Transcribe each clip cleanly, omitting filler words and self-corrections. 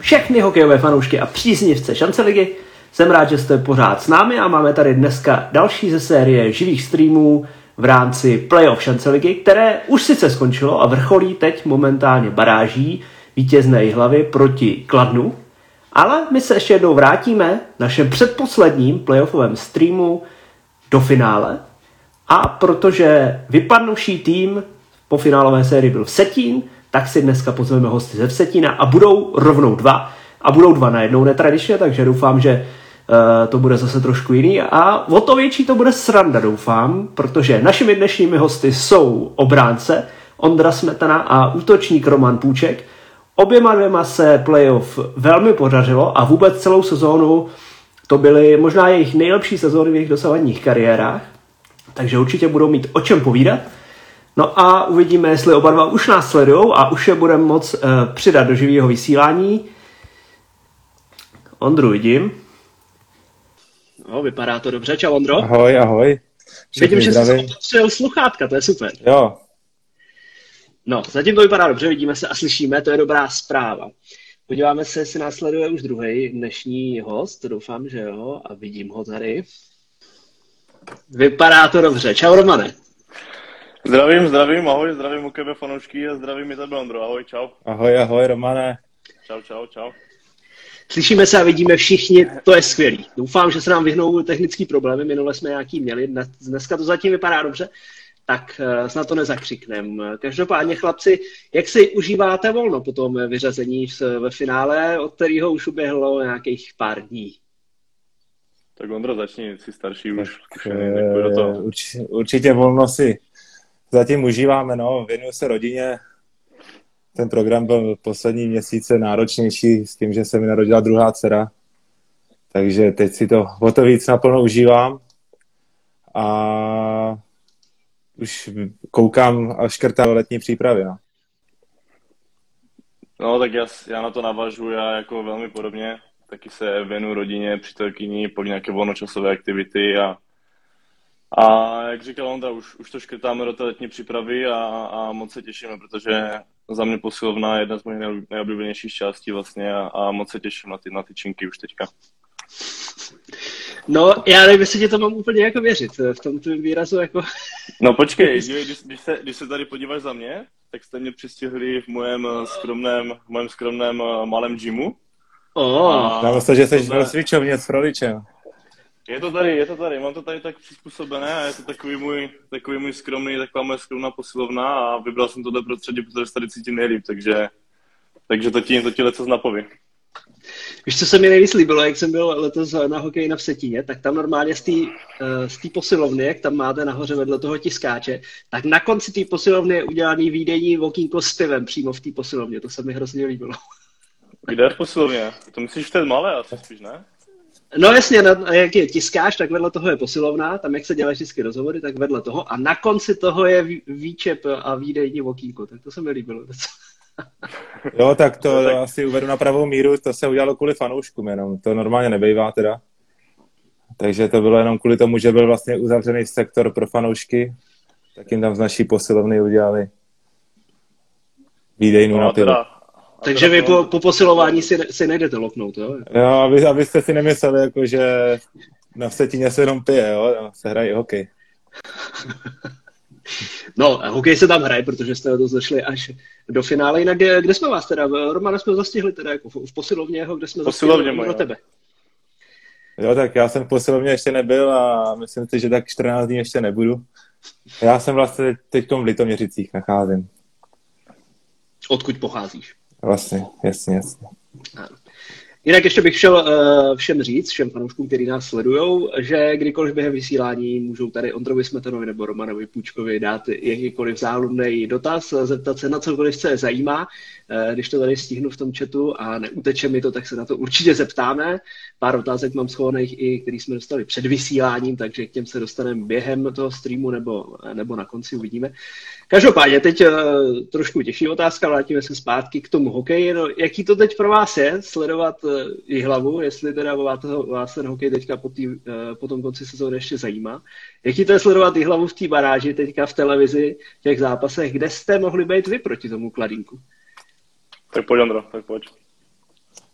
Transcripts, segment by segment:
všechny hokejové fanoušky a příznivce šanceligy. Jsem rád, že jste pořád s námi a máme tady dneska další ze série živých streamů v rámci playoff šanceligy, které už sice skončilo a vrcholí teď momentálně baráží vítězné Jihlavy proti Kladnu. Ale my se ještě jednou vrátíme v našem předposledním playoffovém streamu do finále. A protože vypadnuvší tým po finálové sérii byl Vsetín, tak si dneska pozveme hosty ze Vsetína a budou rovnou dva. A budou dva najednou netradičně, takže doufám, že to bude zase trošku jiný. A o to větší to bude sranda, doufám, protože našimi dnešními hosty jsou obránce Ondra Smetana a útočník Roman Půček. Oběma dvěma se playoff velmi podařilo a vůbec celou sezónu to byly možná jejich nejlepší sezóny v jejich dosavadních kariérách, takže určitě budou mít o čem povídat. No a uvidíme, jestli oba dva už nás sledujou a už je budeme moc přidat do živého vysílání. Ondru vidím. No, vypadá to dobře. Čau, Ondro. Ahoj, ahoj. Vidím, že jsi opatřil sluchátka, to je super. Jo. No, zatím to vypadá dobře, vidíme se a slyšíme, to je dobrá zpráva. Podíváme se, jestli nás sleduje už druhý dnešní host, doufám, že jo, a vidím ho tady. Vypadá to dobře. Čau, Romane. Zdravím, ahoj, zdravím UKB fanoušky a zdravím i tebe, Ondro, ahoj, čau. Ahoj, Romane. Čau. Slyšíme se a vidíme všichni, to je skvělý. Doufám, že se nám vyhnou technický problémy, minule jsme nějaký měli, dneska to zatím vypadá dobře, tak snad to nezakřiknem. Každopádně, chlapci, jak si užíváte volno po tom vyřazení ve finále, od kterého už uběhlo nějakých pár dní? Tak Ondro, začni, jsi starší už. Do toho. Určitě volno si zatím užíváme, no, věnuju se rodině. Ten program byl poslední měsíce náročnější s tím, že se mi narodila druhá dcera. Takže teď si to o to víc naplno užívám. A už koukám a škrtám letní přípravy. No tak já na to navážu, já jako velmi podobně. Taky se věnuju rodině, přítelkyni, po nějaké volnočasové aktivity a jak říkal Ondra, už to škrtáme do té letní přípravy a moc se těšíme, protože za mě posilovna je jedna z mojich nejoblíbenějších částí vlastně a moc se těším na ty činky už teďka. No, já nevím, jestli tě to mám úplně jako věřit v tom tvým výrazu jako... No počkej, když se tady podíváš za mě, tak jste mě přistihli v mojem skromném malém gymu. Já myslím, že jsi byl cvičovně s rodičem. Je to tady, mám to tady tak přizpůsobené a je to takový můj skromný, taková moje skromná posilovna a vybral jsem tohle prostředí, protože se tady cítím nejlíp, takže to ti lecos napoví. Víš, co se mi nejvíc líbilo, jak jsem byl letos na hokeji na Vsetíně, tak tam normálně z té posilovny, jak tam máte nahoře vedle toho tiskáče, tak na konci té posilovny je udělaný výdejní okýnko s pivem přímo v té posilovně, to se mi hrozně líbilo. Kde je v posilovně? To myslíš v té malé asi spíš, ne? No jasně, jak je tiskáč, tak vedle toho je posilovna, tam jak se dělají vždycky rozhovory, tak vedle toho a na konci toho je výčep a výdejní okýnko, tak to se mi líbilo. Jo, tak to asi uvedu na pravou míru, to se udělalo kvůli fanouškům jenom, to normálně nebejvá teda. Takže to bylo jenom kvůli tomu, že byl vlastně uzavřený sektor pro fanoušky, tak jim tam z naší posilovny udělali výdejnu na pivo. Takže vy po posilování si nejdete loknout, jo? Jo, abyste si nemysleli, jako, že na Vsetíně se jenom pije, jo? Se hraje hokej. No, hokej se tam hraje, protože jste to zašli až do finále. Jinak kde jsme vás teda? Romana jsme zastihli teda jako v posilovně, kde jsme zastihli pro tebe. Jo, tak já jsem v posilovně ještě nebyl a myslím si, že tak 14 dní ještě nebudu. Já jsem vlastně teď v Litoměřicích nacházím. Odkud pocházíš? Vlastně, jasně. Jinak ještě bych šel všem říct, všem fanouškům, kteří nás sledujou, že kdykoliv během vysílání můžou tady Ondrovi Smetanovi nebo Romanovi Půčkovi dát jakýkoliv záludný dotaz, zeptat se na cokoliv, co je zajímá. Když to tady stihnu v tom chatu a neuteče mi to, tak se na to určitě zeptáme. Pár otázek mám schovaných i, který jsme dostali před vysíláním, takže k těm se dostaneme během toho streamu nebo na konci, uvidíme. Každopádně teď trošku těžší otázka, vrátíme se zpátky k tomu hokeji. No, jaký to teď pro vás je sledovat Jihlavu, jestli teda vás ten hokej teďka po tom konci sezóny ještě zajímá. Jaký to je sledovat Jihlavu v té baráži, teďka v televizi, v těch zápasech, kde jste mohli být vy proti tomu Kladínku? Tak pojď, Ondro, tak pojď.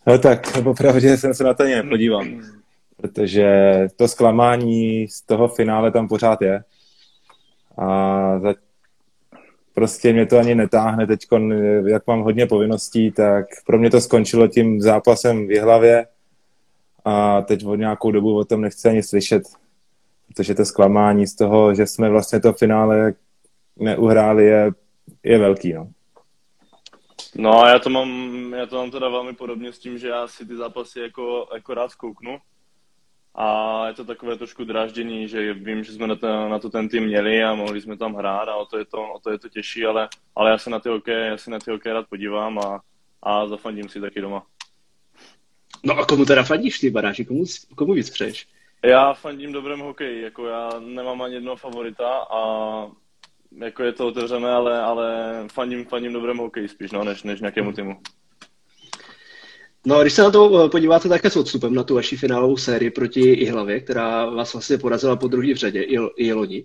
No tak, popravdě jsem se na to nepodíval, protože to zklamání z toho finále tam pořád je. A prostě mě to ani netáhne teď, jak mám hodně povinností, tak pro mě to skončilo tím zápasem v Jihlavě a teď od nějakou dobu o tom nechci ani slyšet, protože to zklamání z toho, že jsme vlastně to finále neuhráli, je velký, no. No a já to mám teda velmi podobně s tím, že já si ty zápasy jako rád zkouknu. A je to takové trošku dráždění, že vím, že jsme na to ten tým měli a mohli jsme tam hrát a o to je to těžší, ale já se na ty hokej rád podívám a zafandím si taky doma. No a komu teda fandíš ty baráži? Komu víc přeješ? Já fandím dobrému hokeji, jako já nemám ani jednoho favorita a jako je to otevřené, ale fandím dobrému hokeji spíš, no, než nějakému týmu. No, když se na to podíváte také s odstupem na tu vaši finálovou sérii proti Jihlavě, která vás vlastně porazila po druhý v řadě, i loni.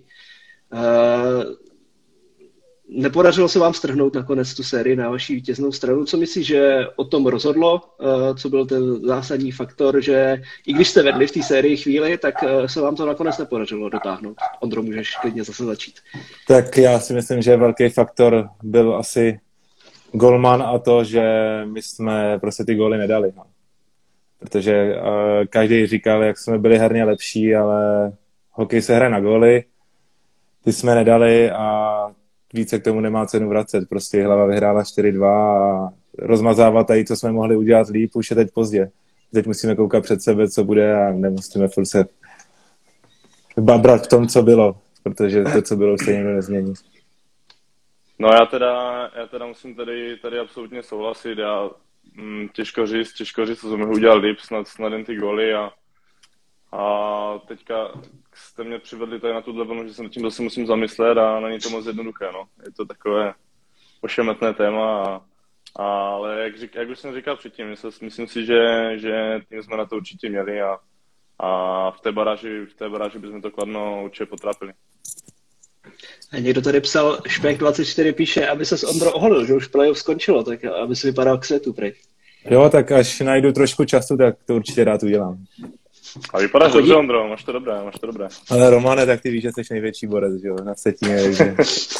Nepodařilo se vám strhnout nakonec tu sérii na vaši vítěznou stranu. Co myslíš, že o tom rozhodlo? Co byl ten zásadní faktor, že i když jste vedli v té sérii chvíli, tak se vám to nakonec nepodařilo dotáhnout? Ondro, můžeš klidně zase začít. Tak já si myslím, že velký faktor byl asi golman a to, že my jsme prostě ty góly nedali. No. Protože každý říkal, jak jsme byli herně lepší, ale hokej se hraje na góly. Ty jsme nedali a více k tomu nemá cenu vracet. Prostě Hlava vyhrála 4-2 a rozmazávat tady, co jsme mohli udělat líp, už je teď pozdě. Teď musíme koukat před sebe, co bude a nemusíme furt se babrat v tom, co bylo, protože to, co bylo, už se nikdo nezmění. No já teda musím tady absolutně souhlasit. Těžko říct, co jsme udělali líp, snad jen ty góly a teďka jste mě přivedli tady na tuhle vlnu, že se nad tím zase musím zamyslet a není to moc jednoduché, no. Je to takové ošemetné téma, ale jak už jsem říkal předtím, myslím si, že tím jsme na to určitě měli a v té baráži bychom to Kladno určitě potrapili. A někdo tady psal, Špek24 píše, aby se s Ondro oholil, že už playoff skončilo, tak aby si vypadal k setu, prej. Jo, tak až najdu trošku času, tak to určitě rád udělám. A vypadáš dobře, Ondro, máš to dobré. Ale Romane, tak ty víš, že jsi největší borec, že jo, na setině, takže...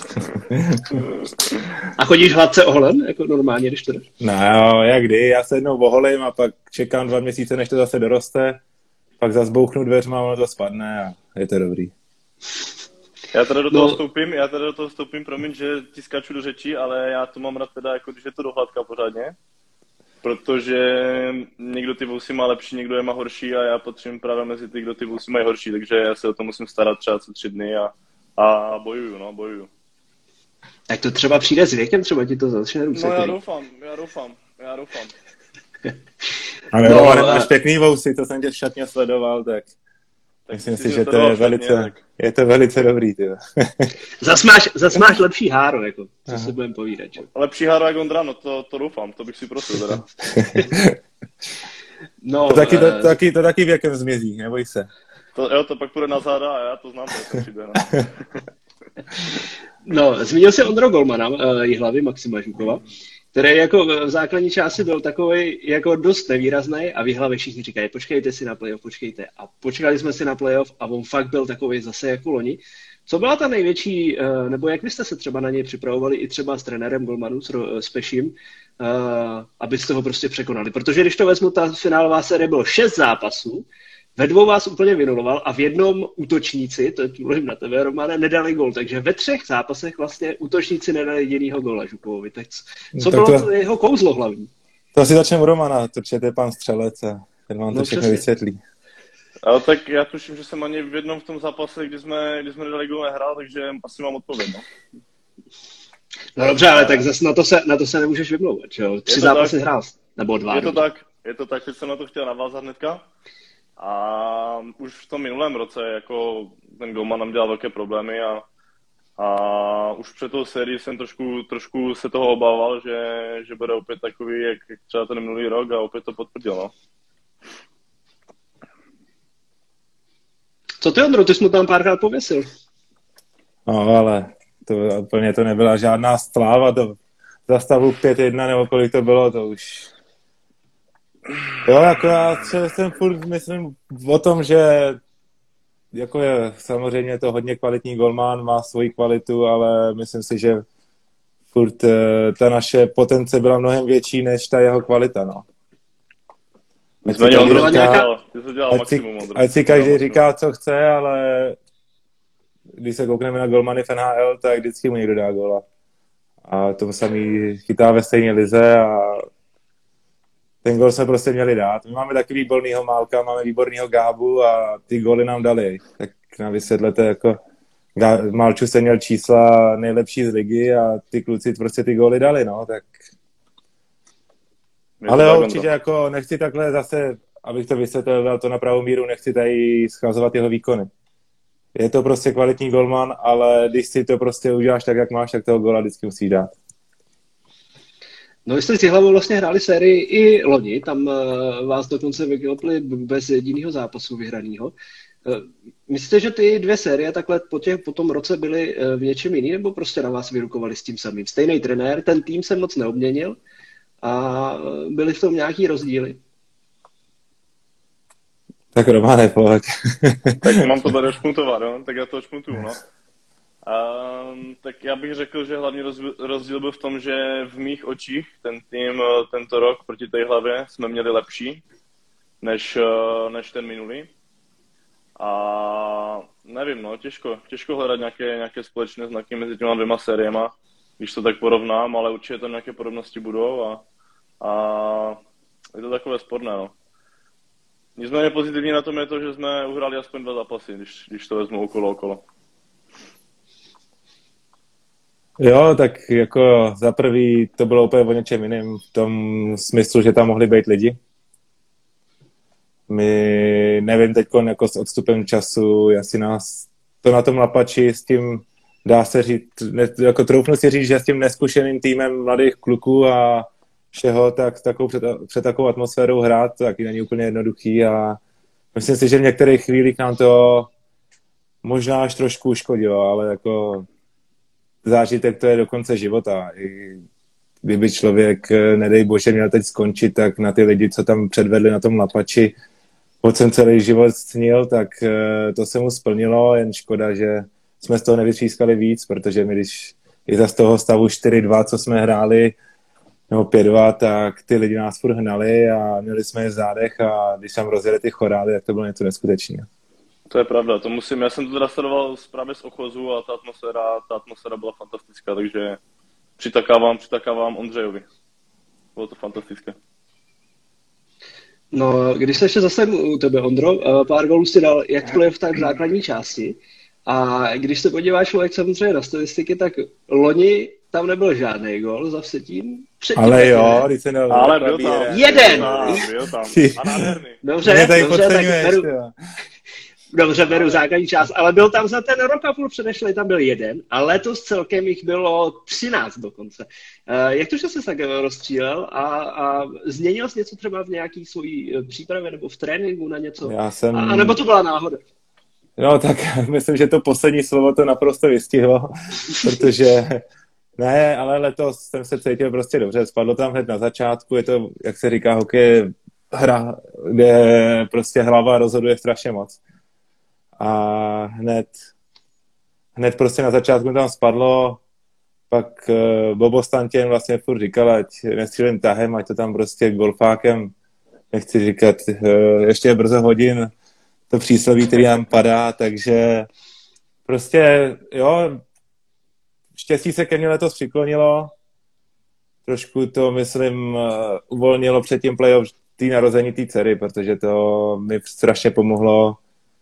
A chodíš hladce oholen, jako normálně, když to jdeš? No jo, jak kdy, já se jednou oholím a pak čekám 2 měsíce, než to zase doroste, pak zase bouchnu dveřma a ono to spadne a je to dobrý. Já teda do toho vstoupím, promiň, že ti skáču do řečí, ale já to mám rád teda, jako když je to dohladka pořádně, protože někdo ty vousy má lepší, někdo je má horší a já patřím právě mezi ty, kdo ty vousy mají horší, takže já se o to musím starat třeba co 3 dny a bojuju. Tak to třeba přijde s věkem, třeba ti to začne růst. No já doufám. Ale no, Romane, máš pěkný vousy, to jsem tě v šatně sledoval, tak myslím si, že je to velice dobrý, ty. Zas máš lepší háro, jako, co si budeme povídat, čo? Lepší háro jak Ondra, no to doufám, to bych si prosil teda. No, to taky věkem zmizí, neboj se. To pak půjde na záda a já to znám, to přijde, no. No, zmínil se Ondro golmana Jihlavy Maxima Žukova, který jako v základní části byl takový jako dost nevýrazný a v Jihlavě všichni říkají, počkejte si na playoff, počkejte. A počkali jsme si na playoff a on fakt byl takový zase jako loni. Co byla ta největší, nebo jak byste se třeba na něj připravovali i třeba s trenérem golmanu, s Peším, abyste ho prostě překonali? Protože když to vezmu, ta finálová série bylo 6 zápasů, ve 2 vás úplně vynuloval a v jednom útočníci, to mluvím na tebe, Romane, nedali gol. Takže ve 3 zápasech vlastně útočníci nedali jedinýho góla Žukovovi. Tak co tak bylo to jeho kouzlo hlavní? To asi začneme Romana, protože to je pan Střelec a ten vám to všechno vysvětlí. Ale tak já tuším, že jsem ani v jednom v tom zápase, kdy jsme nedali gól, nehrál, takže asi mám odpověď, no. No dobře, ale tak zase na to se nemůžeš vymlouvat, jo? 3 zápasy hrál, nebo 2. Je to tak, teď jsem na to chtěl navázat hnedka. A už v tom minulém roce jako ten golman nám dělal velké problémy a už před tou sérií jsem trošku se toho obával, že bude opět takový, jak třeba ten minulý rok a opět to potvrdil, no. Co ty, Ondro, ty jsi mu tam párkrát pověsil? No, ale úplně to nebyla žádná sláva, to za stavu 5-1 nebo kolik to bylo, to už Jo, jako já jsem furt myslím o tom, že jako je samozřejmě to hodně kvalitní golman, má svoji kvalitu, ale myslím si, že furt ta naše potence byla mnohem větší než ta jeho kvalita, no. Nicméně Ondro dělal maximum, Ondro. Ať si každý říká, co chce, ale když se koukneme na golmany v NHL, tak vždycky mu někdo dá góla. A to samý chytá ve stejné lize a ten gól jsme prostě měli dát. My máme taky výbornýho Málka, máme výbornýho Gábu a ty góly nám dali. Tak nám vysvětlete, jako Málču se měl čísla nejlepší z ligy a ty kluci prostě ty góly dali, no, tak... Ale jo, určitě jako nechci takhle zase, abych to vysvětlil, dal to na pravou míru, nechci tady schazovat jeho výkony. Je to prostě kvalitní golman, ale když si to prostě uděláš tak, jak máš, tak toho góla vždycky musíš dát. No, vy jste s Jihlavou vlastně hráli sérii i loni, tam vás dokonce vykopli bez jediného zápasu vyhraného. Myslíte, že ty dvě série takhle po tom roce byly v něčem jiný, nebo prostě na vás vyrukovali s tím samým? Stejný trenér, ten tým se moc neobměnil a byly v tom nějaký rozdíly? Tak Romane, pojď. Tak mám to tady ošpuntovat, no? Tak já to ošpuntuju, no. Tak já bych řekl, že hlavní rozdíl byl v tom, že v mých očích ten tým tento rok proti té Hlavě jsme měli lepší než ten minulý. A nevím, no, těžko hledat nějaké společné znaky mezi těma dvěma sériema, když to tak porovnám, ale určitě tam nějaké podobnosti budou a je to takové sporné, no. Nicméně pozitivní na tom je to, že jsme uhráli aspoň 2 zápasy, když to vezmu okolo. Jo, tak jako za prvý to bylo úplně o něčem jiném, v tom smyslu, že tam mohli být lidi. My, nevím teď jako s odstupem času, jestli nás to na tom Lapači s tím dá se říct, jako troufnu si říct, že s tím neskušeným týmem mladých kluků a všeho, tak před takovou atmosférou hrát, to taky není úplně jednoduchý a myslím si, že v některých chvílích nám to možná až trošku uškodilo, ale jako zážitek to je do konce života. I kdyby člověk, nedej bože, měl teď skončit, tak na ty lidi, co tam předvedli na tom Lapači, po jsem celý život snil, tak to se mu splnilo, jen škoda, že jsme z toho nevytřískali víc, protože my, když i za z toho stavu 4-2, co jsme hráli, nebo 5-2, tak ty lidi nás furt hnali a měli jsme je v zádech a když tam rozjeli ty chorály, tak to bylo něco neskutečného. To je pravda, já jsem to teda sledoval právě z Ochozu a ta atmosféra byla fantastická, takže přitakávám Ondřejovi. Bylo to fantastické. No, když se ještě zase u tebe, Ondro, pár gólů si dal jak v playoff, tak v základní části. A když se podíváš člověk samozřejmě na statistiky, tak loni tam nebyl žádný gól za Vsetín. Ale jo, když se ale byl tam. Jeden! Byl tam. A nádherný. Dobře, tak dobře, beru základní část, ale byl tam za ten rok a půl předešlý, tam byl jeden a letos celkem jich bylo 13 dokonce. Jak to, že jsi tak rozstřílel a změnil jsi něco třeba v nějaký svojí přípravě nebo v tréninku na něco? A nebo to byla náhoda? No tak myslím, že to poslední slovo to naprosto vystihlo, protože ne, ale letos jsem se cítil prostě dobře, spadlo tam hned na začátku, je to, jak se říká, hokej hra, kde prostě hlava rozhoduje strašně moc. A hned prostě na začátku tam spadlo, pak Bobo Stantěn vlastně furt říkal, ať nestřílím tahem, ať to tam prostě golfákem, nechci říkat, ještě je brzo hodin, to přísloví, který nám padá, takže prostě, jo, štěstí se ke mně letos přiklonilo, trošku to, myslím, uvolnilo před tím playoff tý narození té dcery, protože to mi strašně pomohlo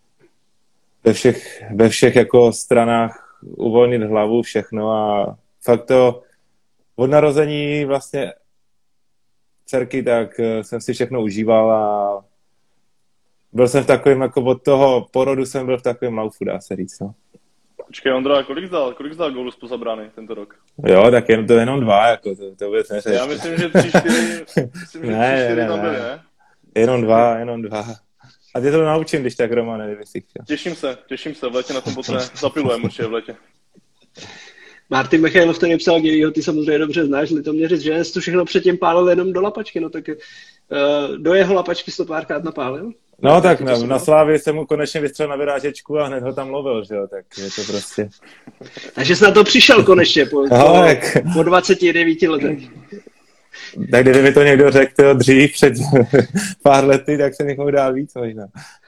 ve všech jako stranách uvolnit hlavu, všechno a fakt to od narození vlastně dcerky, tak jsem si všechno užíval a byl jsem v takovém, jako od toho porodu jsem byl v takovém laufu, dá se říct, no. Počkej, Ondra, kolik jsi dal gólů spoza brány tento rok? Jo, tak to jenom 2, jako to vůbec neřeš. Já myslím, že 3-4 tam byly, ne? Jenom dva. A tě to naučím, když tak, Romane, kdyby si chtěl. Těším se, v létě na tom poté zapilujeme určitě v létě. Martin Michailov tady psal, ty samozřejmě dobře znáš Litoměřic, že jsi to všechno předtím pálil jenom do Lapačky, no tak Do jeho lapačky to párkrát napálil? No tak na Slávě jsem mu konečně vystřelil na vyrážečku a hned ho tam lovil, že jo, tak je to prostě... Takže jsi na to přišel konečně po 29 letech. Tak kdyby mi to někdo řekl dřív, před pár lety, tak se mohl dát víc možná.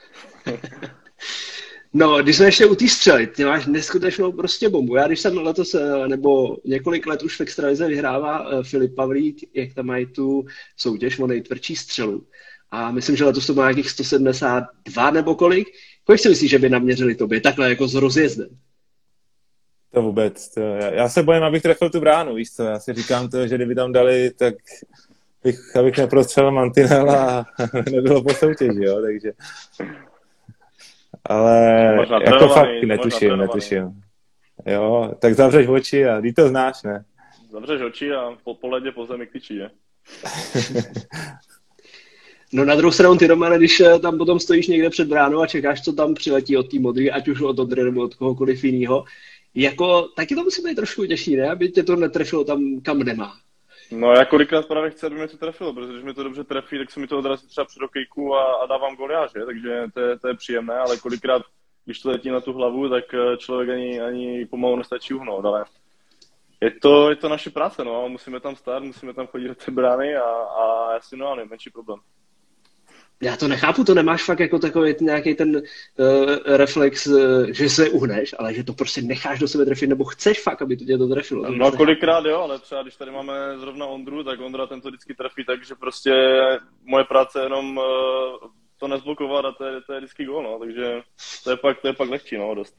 No, když jsme ještě u té střely, ty máš neskutečnou prostě bombu. Já když jsem letos, nebo několik let už v extralize vyhrává Filip Pavlík, jak tam mají tu soutěž o nejtvrdší střelu. A myslím, že letos to má nějakých 172 nebo kolik. Kolik si myslíš, že by naměřili tobě? Takhle jako s rozjezdem. To vůbec. Já se bojím, abych trefil tu bránu, víš co? Já si říkám to, že kdyby tam dali, tak abych neprostřelil mantinel a nebylo po soutěži, jo, takže... Ale jako fakt netuším. Jo, tak zavřeš oči a ty to znáš, ne? Zavřeš oči a po ledě po zemi kličí, ne? No na druhou stranu ty, Romane, když tam potom stojíš někde před bránou a čekáš, co tam přiletí od té modrý, ať už od Odry nebo od kohokoliv jiného, jako taky to musí být trošku těžší, ne? Aby tě to netrefilo tam, kam nemá. No já kolikrát právě chci, aby mě to trefilo, protože když mi to dobře trefí, tak se mi to odrazí třeba před okejku a dávám gól já, že? Takže to je příjemné, ale kolikrát, když to letí na tu hlavu, tak člověk ani pomalu nestačí uhnout, ale je to naše práce, no, musíme tam stát, musíme tam chodit do té brány a já si nejmenší problém. Já to nechápu, to nemáš fakt jako takový nějaký ten reflex, že se uhneš, ale že to prostě necháš do sebe trefit, nebo chceš fakt, aby to tě to trefilo. No kolikrát jo, ale třeba když tady máme zrovna Ondru, tak Ondra ten to vždycky trefí, takže prostě moje práce je jenom to nezblokovat a to je vždycky gól, no, takže to je pak lehčí, no, dost.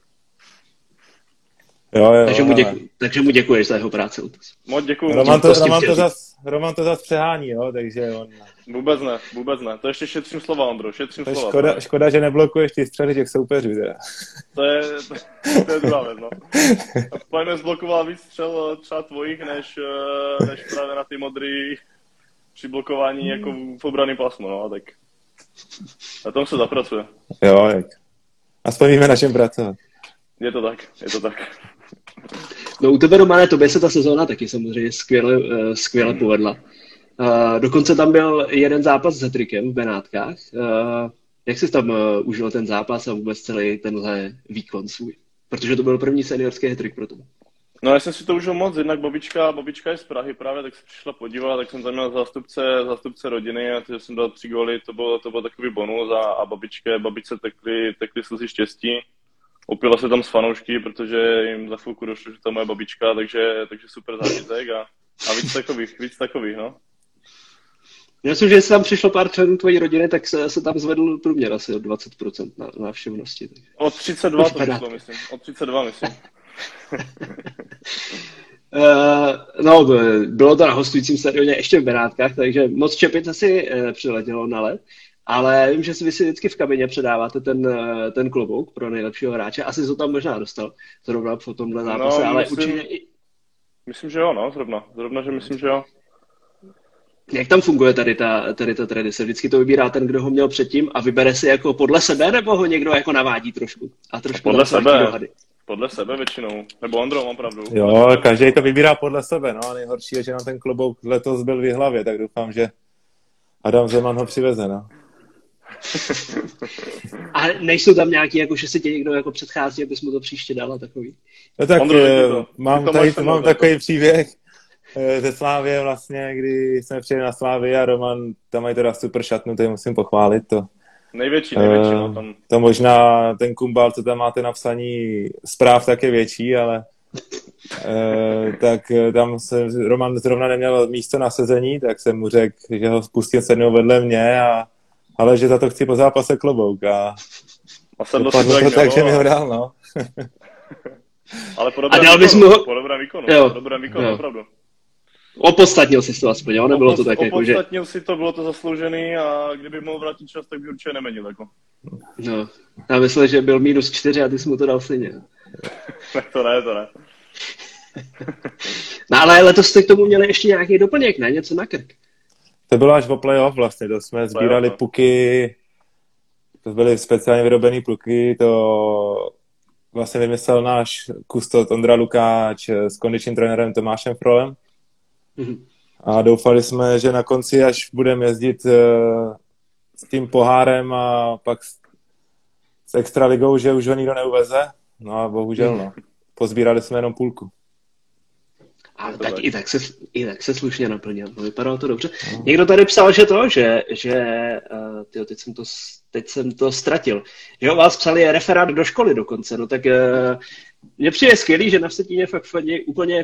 Jo, takže mu děkuješ za jeho práci. Moc děkuju. Roman to zas přehání, jo, takže on... Vůbec ne. To ještě šetřím slova, Ondro, slova. Škoda, že neblokuješ ty střely těch soupeřů, teda. To je druhá věc, no. Pojďme zblokoval víc střel třeba tvojich, než právě na ty modrý při blokování jako v obranný pásmu, no, tak na tom se zapracuje. Jo, jak. Aspoň víme, na čem pracovat. Je to tak. No u tebe, Romane, tobě se ta sezóna taky samozřejmě skvěle povedla. Dokonce tam byl jeden zápas s hat-trickem v Benátkách. Jak jsi tam užil ten zápas a vůbec celý tenhle výkon svůj? Protože to byl první seniorský hat-trick pro tebe. No já jsem si to užil moc, jednak babička je z Prahy právě, tak se přišla podívat, tak jsem tam měl zástupce rodiny a takže jsem dal 3 góly, to byl takový bonus a babičce tekly slzy štěstí. Opila se tam s fanoušky, protože jim za chvilku došlo, že to je moje babička, takže super zážitek a víc takových, no. Já myslím, že jestli tam přišlo pár členů tvojí rodiny, tak se tam zvedl průměr asi o 20% na návštěvnosti. O 32 to přišlo, myslím. O 32, myslím. No, bylo to na hostujícím stadioně ještě v Benátkách, takže moc Čepic asi přiletělo na let. Ale vím, že vy si vždycky v kabině předáváte ten klobouk pro nejlepšího hráče. Asi to tam možná dostal zrovna po tomhle zápase, no, ale určitě... Myslím, že jo, no, zrovna, že myslím, že jo. Jak tam funguje tady ta tradice? Vždycky to vybírá ten, kdo ho měl předtím a vybere si jako podle sebe, nebo ho někdo jako navádí trošku? A trošku podle sebe většinou. Nebo Ondro, mám pravdu. Jo, každý to vybírá podle sebe, no a nejhorší je, že nám ten klobouk letos byl v hlavě, tak doufám, že Adam Zeman ho přiveze, no. A nejsou tam nějaký, jako že si tě někdo jako předchází, abys mu to příště dala takový? No tak Ondro, mám takový příběh ze Slávie vlastně, kdy jsme přijeli na Slávii a Roman, tam mají teda super šatnu, to musím pochválit to. Největší, no tam. To možná ten kumbál, co tam máte napsaný zpráv, tak je větší, ale tak tam Roman zrovna neměl místo na sezení, tak jsem mu řekl, že ho pustím sednout vedle mě ale že za to chci po zápase klobouk a dopadlo to tak, že mi ho dal, no. Ale po dobrém výkonu, opravdu. Opodstatnil jsi to aspoň, jo? Nebylo to tak jako, že... Opodstatnil si to, bylo to zasloužený a kdyby mohl vrátit čas, tak by určitě nemenil, jako. No, já myslím, že byl -4 a ty jsi mu to dal stejně. to ne. No ale letos jste k tomu měli ještě nějaký doplněk, ne? Něco na krk. To bylo až po playoff vlastně, to jsme sbírali puky, to byly speciálně vyrobený puky, to vlastně vymyslel náš kustot Ondra Lukáč s kondičním trenérem Tomášem Frolem. A doufali jsme, že na konci, až budeme jezdit s tím pohárem a pak s extraligou, že už ho nikdo neuveze. No a bohužel, no. Pozbírali jsme jenom půlku. Ale tak i tak se slušně naplnil. No, vypadalo to dobře. Někdo tady psal, tyjo, teď jsem to ztratil. Že o vás psali referát do školy dokonce. No tak mně přijde skvělý, že na Vsetíně fakt úplně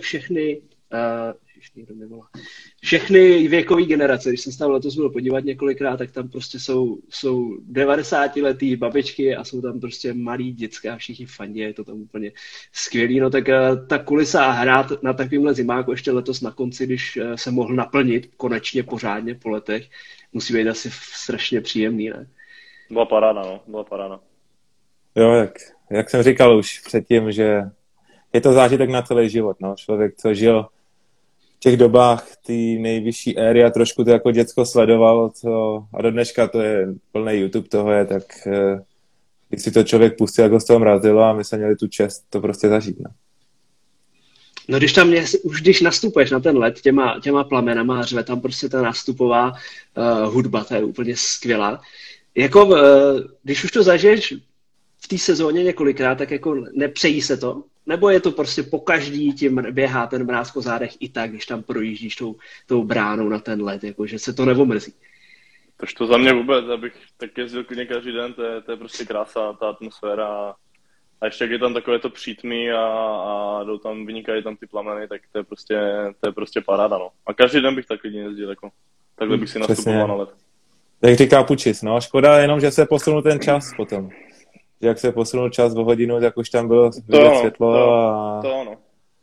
všechny věkové generace. Když jsem se tam letos byl podívat několikrát, tak tam prostě jsou 90letý babičky a jsou tam prostě malí děcka a všichni fandí, je to tam úplně skvělý. No tak ta kulisa hrát na takovýmhle zimáku ještě letos na konci, když se mohl naplnit konečně pořádně po letech, musí být asi strašně příjemný, ne? Byla paráda. Jo, jak jsem říkal už předtím, že je to zážitek na celý život, no. Člověk, co žil v těch dobách té nejvyšší éry a trošku to jako děcko sledoval, a do dneška to je plný YouTube toho je, tak když si to člověk pustil, jako z toho mrazilo a my jsme měli tu čest to prostě zažít, no. No když nastupuješ na ten led těma plamenama a řve, tam prostě ta nástupová hudba, ta je úplně skvělá. Jako, když už to zažiješ v té sezóně několikrát, tak jako nepřejí se to? Nebo je to prostě po každý tím běhá ten mráz po zádech i tak, když tam projíždíš tou bránou na ten led, jako, že se to neomrzí? Tož to za mě vůbec, abych tak jezdil klidně každý den, to je prostě krása, ta atmosféra. A ještě jak je tam takové to přítmí a vynikají tam ty plameny, tak to je prostě paráda, no. A každý den bych tak klidně jezdil, jako. Takhle bych si nastupoval na led. Jak říká Pučis, no, škoda jenom, že se posunul ten čas potom. Jak se posunul čas o hodinu, tak už tam bylo světlo To.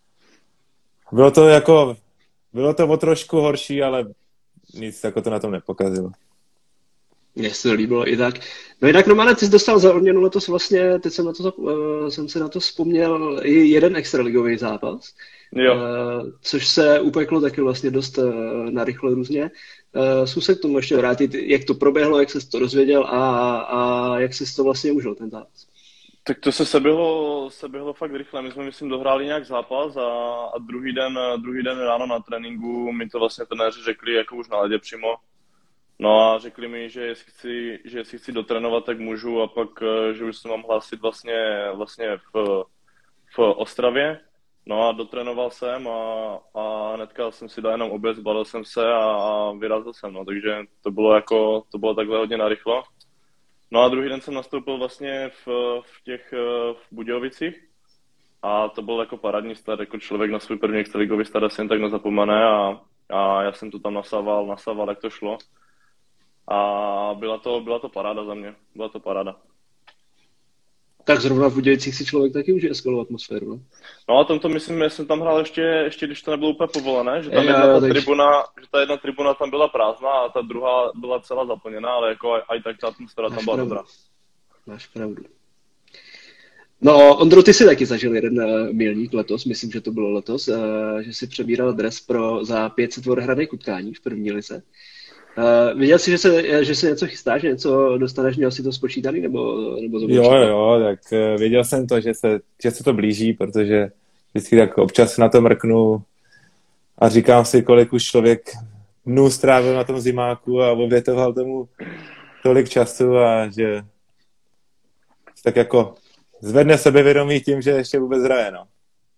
Bylo to o trošku horší, ale nic jako to na tom nepokazilo. Mně se to líbilo i tak. No jinak, Romane, ty jsi dostal za odměnu letos vlastně, teď jsem se na to vzpomněl, i jeden extraligový zápas. Jo. Což se upeklo taky vlastně dost narychlo různě. Zkus se k tomu ještě vrátit, jak to proběhlo, jak jsi to dozvěděl a jak jsi to vlastně užil, ten zápas. Tak to se běhlo fakt rychle. My jsme, myslím, dohráli nějak zápas a druhý den ráno na tréninku mi to vlastně trenéři řekli, jako už na ledě přímo. No a řekli mi, že jestli chci dotrénovat, tak můžu a pak, že už se mám hlásit vlastně v Ostravě. No a dotrénoval jsem a hnedka jsem si dal jenom oběd, zbalil jsem se a vyrazil jsem, no, takže to bylo takhle hodně narychlo. No a druhý den jsem nastoupil vlastně v Budějovicích a to byl jako parádní start, jako člověk na svůj první extraligový start asi jen tak nezapomene a já jsem to tam nasával, jak to šlo. A byla to paráda za mě, byla to paráda. Tak zrovna v Budějcích si člověk taky užije skvělou atmosféru, no? No a tomto myslím, že jsem tam hrál ještě když to nebylo úplně povolené, že tam ta jedna tribuna tam byla prázdná a ta druhá byla celá zaplněná, ale jako aj tak ta atmosféra tam byla dobrá. Máš pravdu. No, Ondro, ty jsi taky zažil jeden milník letos, myslím, že to bylo letos, že si přebíral dres za 500 odehraných utkání v první lize. Viděl jsi, že se něco chystá, že něco dostaneš, měl si to spočítaný, nebo to Jo, tak věděl jsem to, že se to blíží, protože vždycky tak občas na to mrknu a říkám si, kolik už člověk dnů strávil na tom zimáku a obětoval tomu tolik času a že tak jako zvedne sebevědomí tím, že ještě vůbec hraje, no.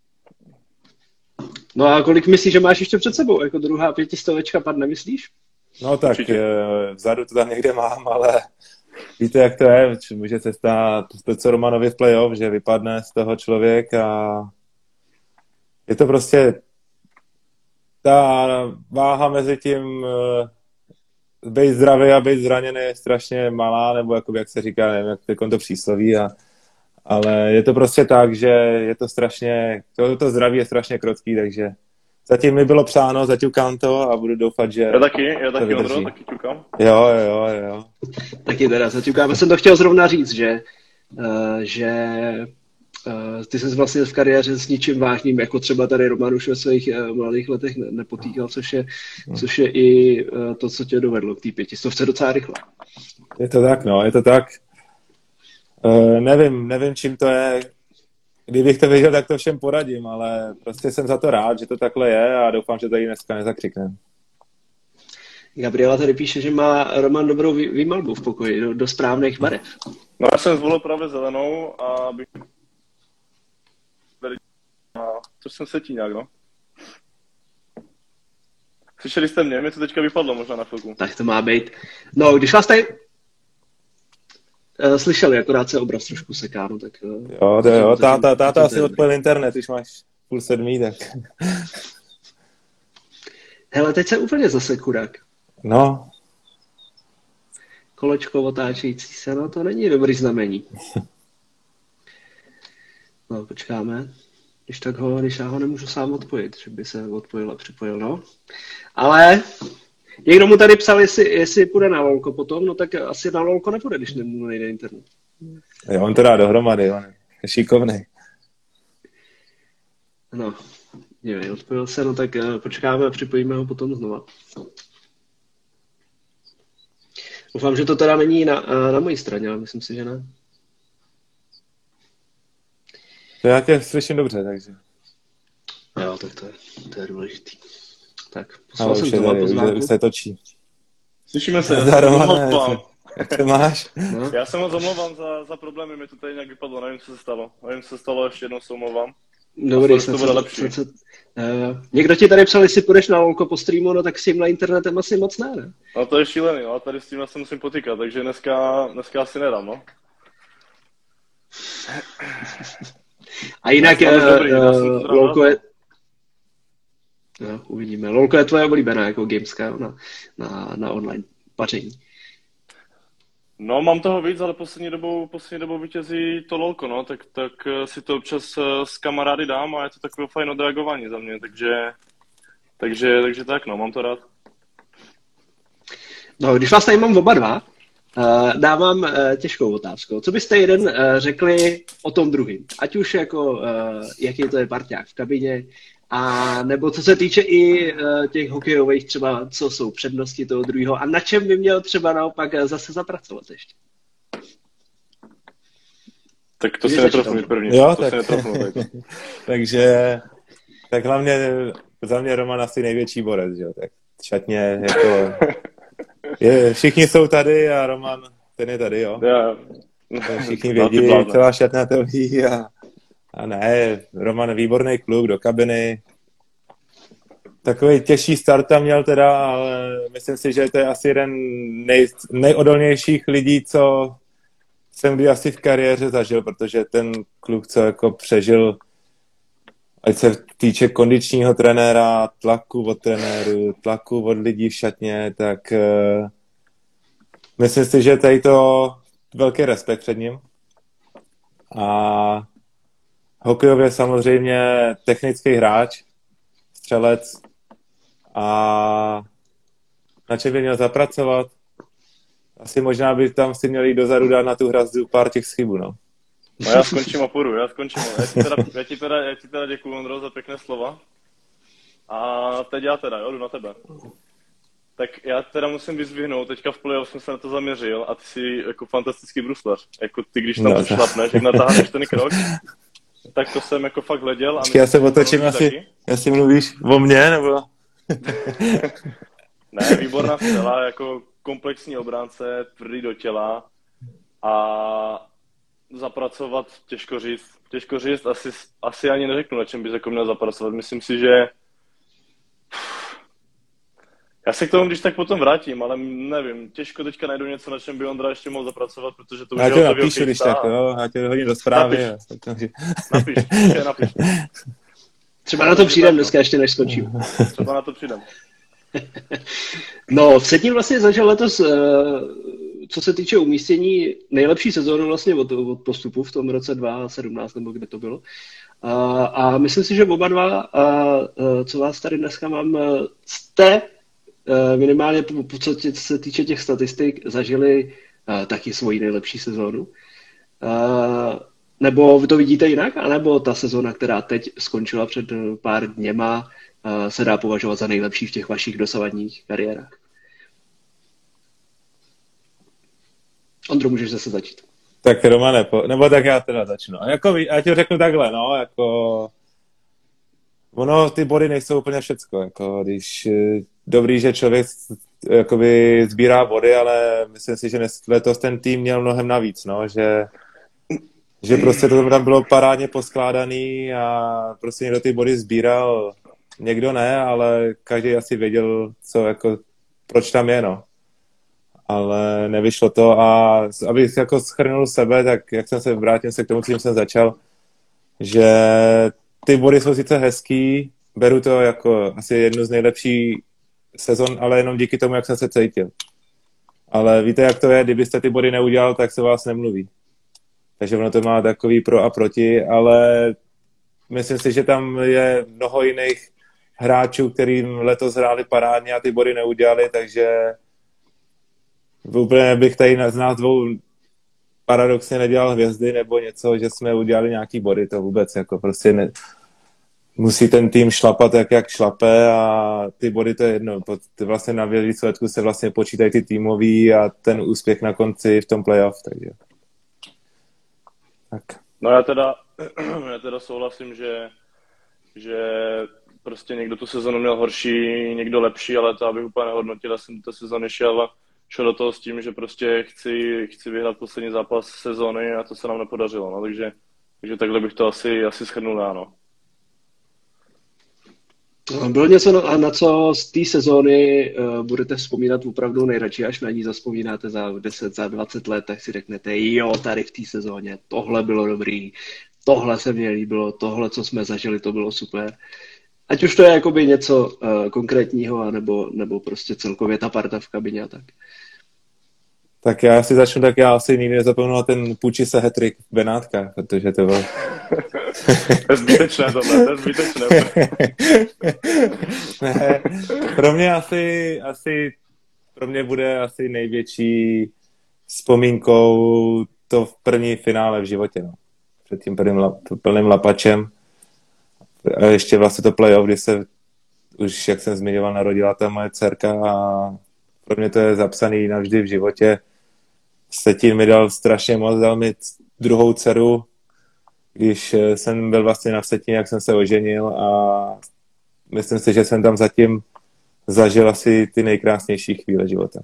No a kolik myslíš, že máš ještě před sebou? Jako druhá 500 padne, myslíš? No tak vzadu to tam někde mám, ale víte, jak to je, může se stát to, co Romanovi v playoff, že vypadne z toho člověk a je to prostě ta váha mezi tím být zdravý a být zraněný je strašně malá, nebo jakoby, jak se říká, nevím, jak to přísloví, ale je to prostě tak, že je to strašně, to zdraví je strašně krotký, takže zatím mi bylo přáno, zaťukám to a budu doufat, že Já taky, Ondro, taky ťukám. Jo. Taky teda zaťukám. Já jsem to chtěl zrovna říct, že ty jsi vlastně v kariéře s ničím vážným, jako třeba tady Roman už ve svých mladých letech nepotýkal, což je i to, co tě dovedlo k té 500 docela rychle. Je to tak, no, je to tak. Nevím, čím to je. Kdybych to věděl, tak to všem poradím, ale prostě jsem za to rád, že to takhle je a doufám, že tady dneska nezakřiknem. Gabriela tady píše, že má Roman dobrou výmalbu v pokoji, do správných barev. No já jsem zvolil právě zelenou a bych... To jsem se nějak, no. Slyšeli jste mě? Mě to teďka vypadlo možná na chvilku. Tak to má být. No, když vás tady slyšeli, akorát se obraz trošku seká, no tak... Jo, táta asi odpojil internet, když máš 6:30, tak... Hele, teď se úplně zase chudák. No. Kolečko otáčející se, no to není dobrý znamení. No, počkáme. Když já ho nemůžu sám odpojit, že by se odpojil a připojil, no. Ale někdo mu tady psal, jestli půjde na lolko potom, no tak asi na lolko nepůjde, když mu nejde internet. Jo, on to dá dohromady, on je šikovnej. No, nevím, odpojil se, no tak počkáme a připojíme ho potom znova. Doufám, že to teda není na mojí straně, ale myslím si, že ne. To já tě slyším dobře, takže. Jo, tak to je důležitý. Tak, poslal jsem znova pozvánku. Už se točí. Slyšíme se. Jak to máš? No. Já se moc omlouvám za problémy, mi to tady nějak vypadlo, nevím, co se stalo. Ještě jednou se omlouvám. Dobrý, to bude lepší. Někdo ti tady psal, jestli půjdeš na lolko po streamu, no tak s tímhle internetem asi moc ne? No to je šílený, no, a tady s tímhle se musím potýkat, takže dneska asi nedám, no. A jinak lolko je... No, uvidíme. Lolko je tvoje oblíbená jako gameska na online paření. No, mám toho víc, ale poslední dobou vítězí to lolko, no, tak si to občas s kamarády dám a je to takové fajn odreagování za mě, takže tak, no, mám to rád. No, když vás tady mám oba dva, dávám těžkou otázku. Co byste jeden řekli o tom druhým? Ať už jako, jaký to je parťák v kabině, a nebo co se týče i těch hokejových třeba, co jsou přednosti toho druhého a na čem by měl třeba naopak zase zapracovat ještě? Tak to si netrofnu mít první. Jo, to tak. si netrofnu. Takže tak hlavně za mě Roman asi největší borec, že jo, tak šatně jako všichni jsou tady a Roman, ten je tady, jo. Já. Všichni vědí, celá šatna to ví a ne, Roman výborný kluk do kabiny. Takový těžší start tam měl teda, ale myslím si, že to je asi jeden nejodolnějších lidí, co jsem kdy asi v kariéře zažil, protože ten kluk, co jako přežil, ať se týče kondičního trenéra, tlaku od trenéru, tlaku od lidí v šatně, tak myslím si, že tady to velký respekt před ním. A hokejově samozřejmě technický hráč, střelec a na čem by měl zapracovat? Asi možná by tam si měli dozadu dát na tu hrazdu pár těch schybů, no. No já skončím a půjdu, Já ti teda děkuju, Ondro, za pěkné slova. A teď já teda, jdu na tebe. Tak já teda musím vyzvihnout, teďka v playoff jsem se na to zaměřil a ty jsi jako fantastický bruslař. Jako ty, když tam šlapneš, jak natáhneš ten krok, tak to jsem jako fakt hleděl. A já se otočím asi mluvíš o mně, nebo? Ne, výborná střela, jako komplexní obránce, tvrdý do těla a zapracovat, těžko říct, asi ani neřeknu, na čem bys jako měl zapracovat. Myslím si, že já se k tomu když tak potom vrátím, ale nevím, těžko teďka najdu něco, na čem by Ondra ještě mohl zapracovat, protože to už je hotový. Já tě napíšu, když tak, jo, já tě hodím do zprávy. Napiš. Třeba na to přijdem dneska ještě, než skončím. Třeba na to přijdem. No, v Setním vlastně zažil letos, co se týče umístění, nejlepší sezónu vlastně od postupu v tom roce 2017, nebo kde to bylo. A myslím si, že oba dva, co vás tady dneska mám, jste minimálně, co se týče těch statistik, zažili taky svoji nejlepší sezónu. Nebo vy to vidíte jinak? A nebo ta sezóna, která teď skončila před pár dněma, se dá považovat za nejlepší v těch vašich dosavadních kariérách? Ondro, můžeš zase začít. Tak Romane, nebo tak já teda začnu. Jako, já ti řeknu takhle, no, jako ono, ty body nejsou úplně všecko, jako když dobrý, že člověk jakoby sbírá body, ale myslím si, že letos ten tým měl mnohem navíc, no, že prostě to tam bylo parádně poskládaný a prostě někdo ty body sbíral, někdo ne, ale každý asi věděl, co jako, proč tam je, no. Ale nevyšlo to a abych jako shrnul sebe, tak jak jsem se vrátil se k tomu, čím jsem začal, že ty body jsou sice hezký, beru to jako asi jednu z nejlepších sezon, ale jenom díky tomu, jak jsem se cítil. Ale víte, jak to je, kdybyste ty body neudělal, tak se vás nemluví. Takže ono to má takový pro a proti, ale myslím si, že tam je mnoho jiných hráčů, kterým letos hráli parádně a ty body neudělali, takže úplně bych tady z nás dvou paradoxně nedělal hvězdy nebo něco, že jsme udělali nějaký body, to vůbec jako prostě musí ten tým šlapat jak šlape a ty body to je jedno. Vlastně na výsledku se vlastně počítají ty týmový a ten úspěch na konci v tom playoff, takže. Tak. No já teda souhlasím, že prostě někdo tu sezonu měl horší, někdo lepší, ale to abych úplně nehodnotil, já jsem do té sezony šel do toho s tím, že prostě chci vyhrát poslední zápas sezony a to se nám nepodařilo, no, takže takhle bych to asi shrnul ráno. Bylo něco, na co z té sezóny budete vzpomínat opravdu nejradši, až na ní zavzpomínáte za 10, za 20 let, tak si řeknete, jo, tady v té sezóně, tohle bylo dobrý, tohle se mně líbilo, tohle, co jsme zažili, to bylo super. Ať už to je jakoby něco konkrétního, nebo prostě celkově ta parta v kabině a tak. Tak já si začnu, tak já asi nikdy nezapomenu na ten půjči se hat-trick v Benátkách, protože to bylo... To je zbytečné tohle, to je zbytečné. Ne, pro mě pro mě bude asi největší vzpomínkou to v první finále v životě, no. Před tím plným lapačem. A ještě vlastně to playoff, kdy se už, jak jsem zmiňoval, narodila ta moje dcerka a pro mě to je zapsaný navždy v životě. Setín mi dal strašně moc, dal mi druhou dceru, když jsem byl vlastně na Vsetíně, jak jsem se oženil a myslím si, že jsem tam zatím zažil asi ty nejkrásnější chvíle života.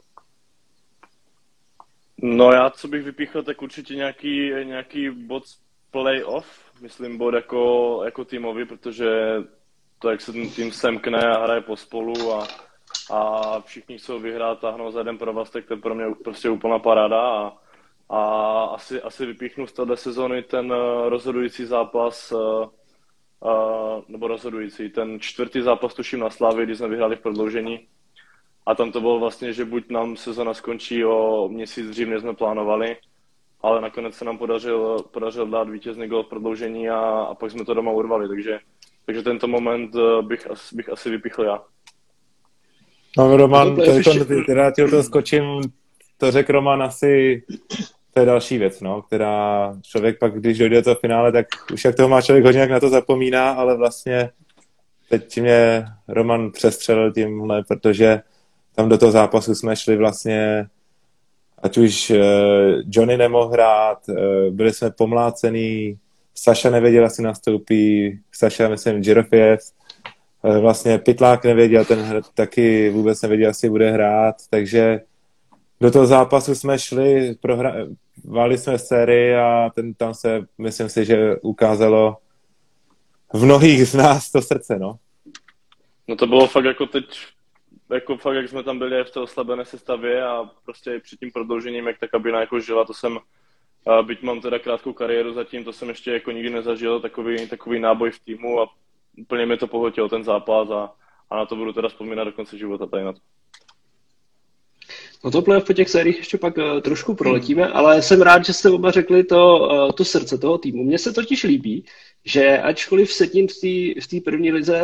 No já, co bych vypíchl, tak určitě nějaký bod playoff, myslím bod jako týmový, protože to, jak se ten tým semkne a hraje pospolu a všichni chcou vyhrát, táhnou za jeden provaz, tak to je pro mě prostě úplná paráda a asi vypíchnu z téhle sezóny ten rozhodující zápas, nebo rozhodující, ten čtvrtý zápas tuším na Slavii, kdy jsme vyhráli v prodloužení a tam to bylo vlastně, že buď nám sezona skončí o měsíc dřív, než jsme plánovali, ale nakonec se nám podařil dát vítězný gól v prodloužení a pak jsme to doma urvali, takže tento moment bych asi vypíchl já. No Roman, teda ti to skočím, to řekl Roman asi, to je další věc, no, která člověk pak, když dojde do toho finále, tak už jak toho má člověk hodně, jak na to zapomíná, ale vlastně teď mě Roman přestřelil tímhle, protože tam do toho zápasu jsme šli vlastně, ať už Johnny nemohl hrát, byli jsme pomlácený, Saša nevěděl, asi nastoupí, Saša, myslím, Jirofiev, vlastně Pytlák nevěděl, ten taky vůbec nevěděl, asi bude hrát, takže do toho zápasu jsme šli, váli jsme sérii a tam se, myslím si, že ukázalo v mnohých z nás to srdce, no. No to bylo fakt jako teď, jako fakt, jak jsme tam byli v té oslabené sestavě a prostě i před tím prodloužením, jak ta kabina jako žila, to jsem, byť mám teda krátkou kariéru zatím, to jsem ještě jako nikdy nezažil, takový náboj v týmu a úplně mi to pohltilo ten zápas a na to budu teda vzpomínat do konce života tady na to. No to playoff po těch sériích ještě pak trošku proletíme, ale jsem rád, že jste oba řekli to srdce toho týmu. Mně se totiž líbí, že ačkoliv Vsetín v té první lize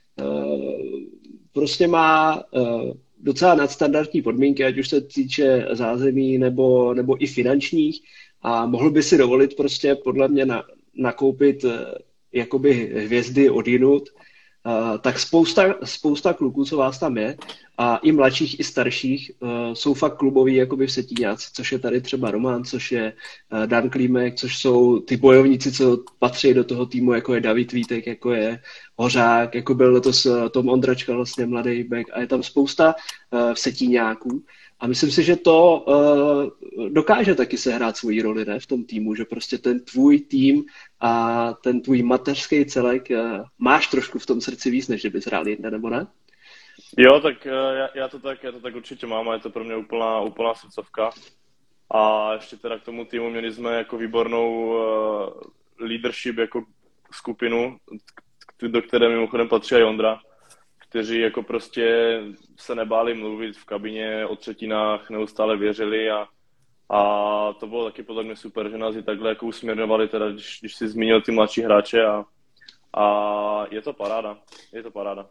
prostě má docela nadstandardní podmínky, ať už se týče zázemí nebo i finančních a mohl by si dovolit prostě podle mě nakoupit jakoby hvězdy odjinud, tak spousta kluků, co vás tam je, a i mladších, i starších jsou fakt kluboví jakoby v Setíňáci, což je tady třeba Roman, což je Dan Klímek, což jsou ty bojovníci, co patří do toho týmu, jako je David Vítek, jako je Hořák, jako byl letos Tom Ondračka, vlastně mladý back, a je tam spousta Setíňáků. A myslím si, že to dokáže taky sehrát svoji roli, ne, v tom týmu, že prostě ten tvůj tým a ten tvůj mateřský celek máš trošku v tom srdci víc, než kdybys hrál jinde, nebo ne? Jo, tak já to tak určitě mám a je to pro mě úplná srdcovka. A ještě teda k tomu týmu měli jsme jako výbornou leadership jako skupinu, do které mimochodem patří i Ondra, kteří jako prostě se nebáli mluvit v kabině o třetinách, neustále věřili a to bylo taky podle mě super, že nás i takhle jako usměrňovali, teda když si zmínil ty mladší hráče a je to paráda.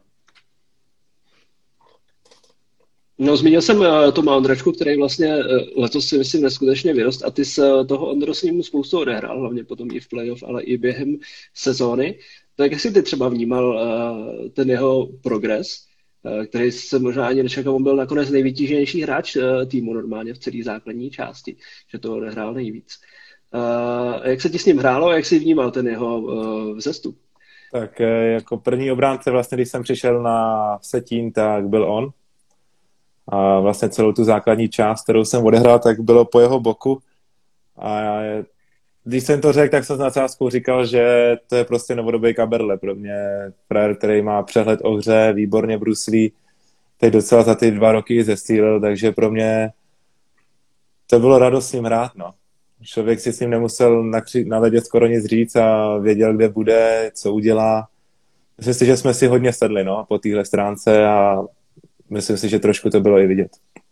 No, zmínil jsem Toma Ondračku, který vlastně letos si myslím neskutečně vyrost a ty z toho Ondro s ním spoustu odehrál, hlavně potom i v playoff, ale i během sezóny. Tak jak jsi ty třeba vnímal ten jeho progres, který se možná ani nečekal, on byl nakonec nejvytíženější hráč týmu normálně v celé základní části, že to odehrál nejvíc. Jak se ti s ním hrálo a jak jsi vnímal ten jeho vzestup? Tak jako první obránce vlastně, když jsem přišel na Vsetín, tak byl on. A vlastně celou tu základní část, kterou jsem odehrál, tak bylo po jeho boku. A když jsem to řekl, tak jsem s nadsázkou říkal, že to je prostě novodobý Kaberle. Pro mě frajer, který má přehled o hře, výborně bruslí, teď docela za ty 2 roky zesílil, takže pro mě to bylo radost s ním hrát, no. Člověk si s ním nemusel na ledě skoro nic říct a věděl, kde bude, co udělá. Myslím si, že jsme si hodně sedli, no, po téhle stránce a myslím si, že trošku to bylo i vidět.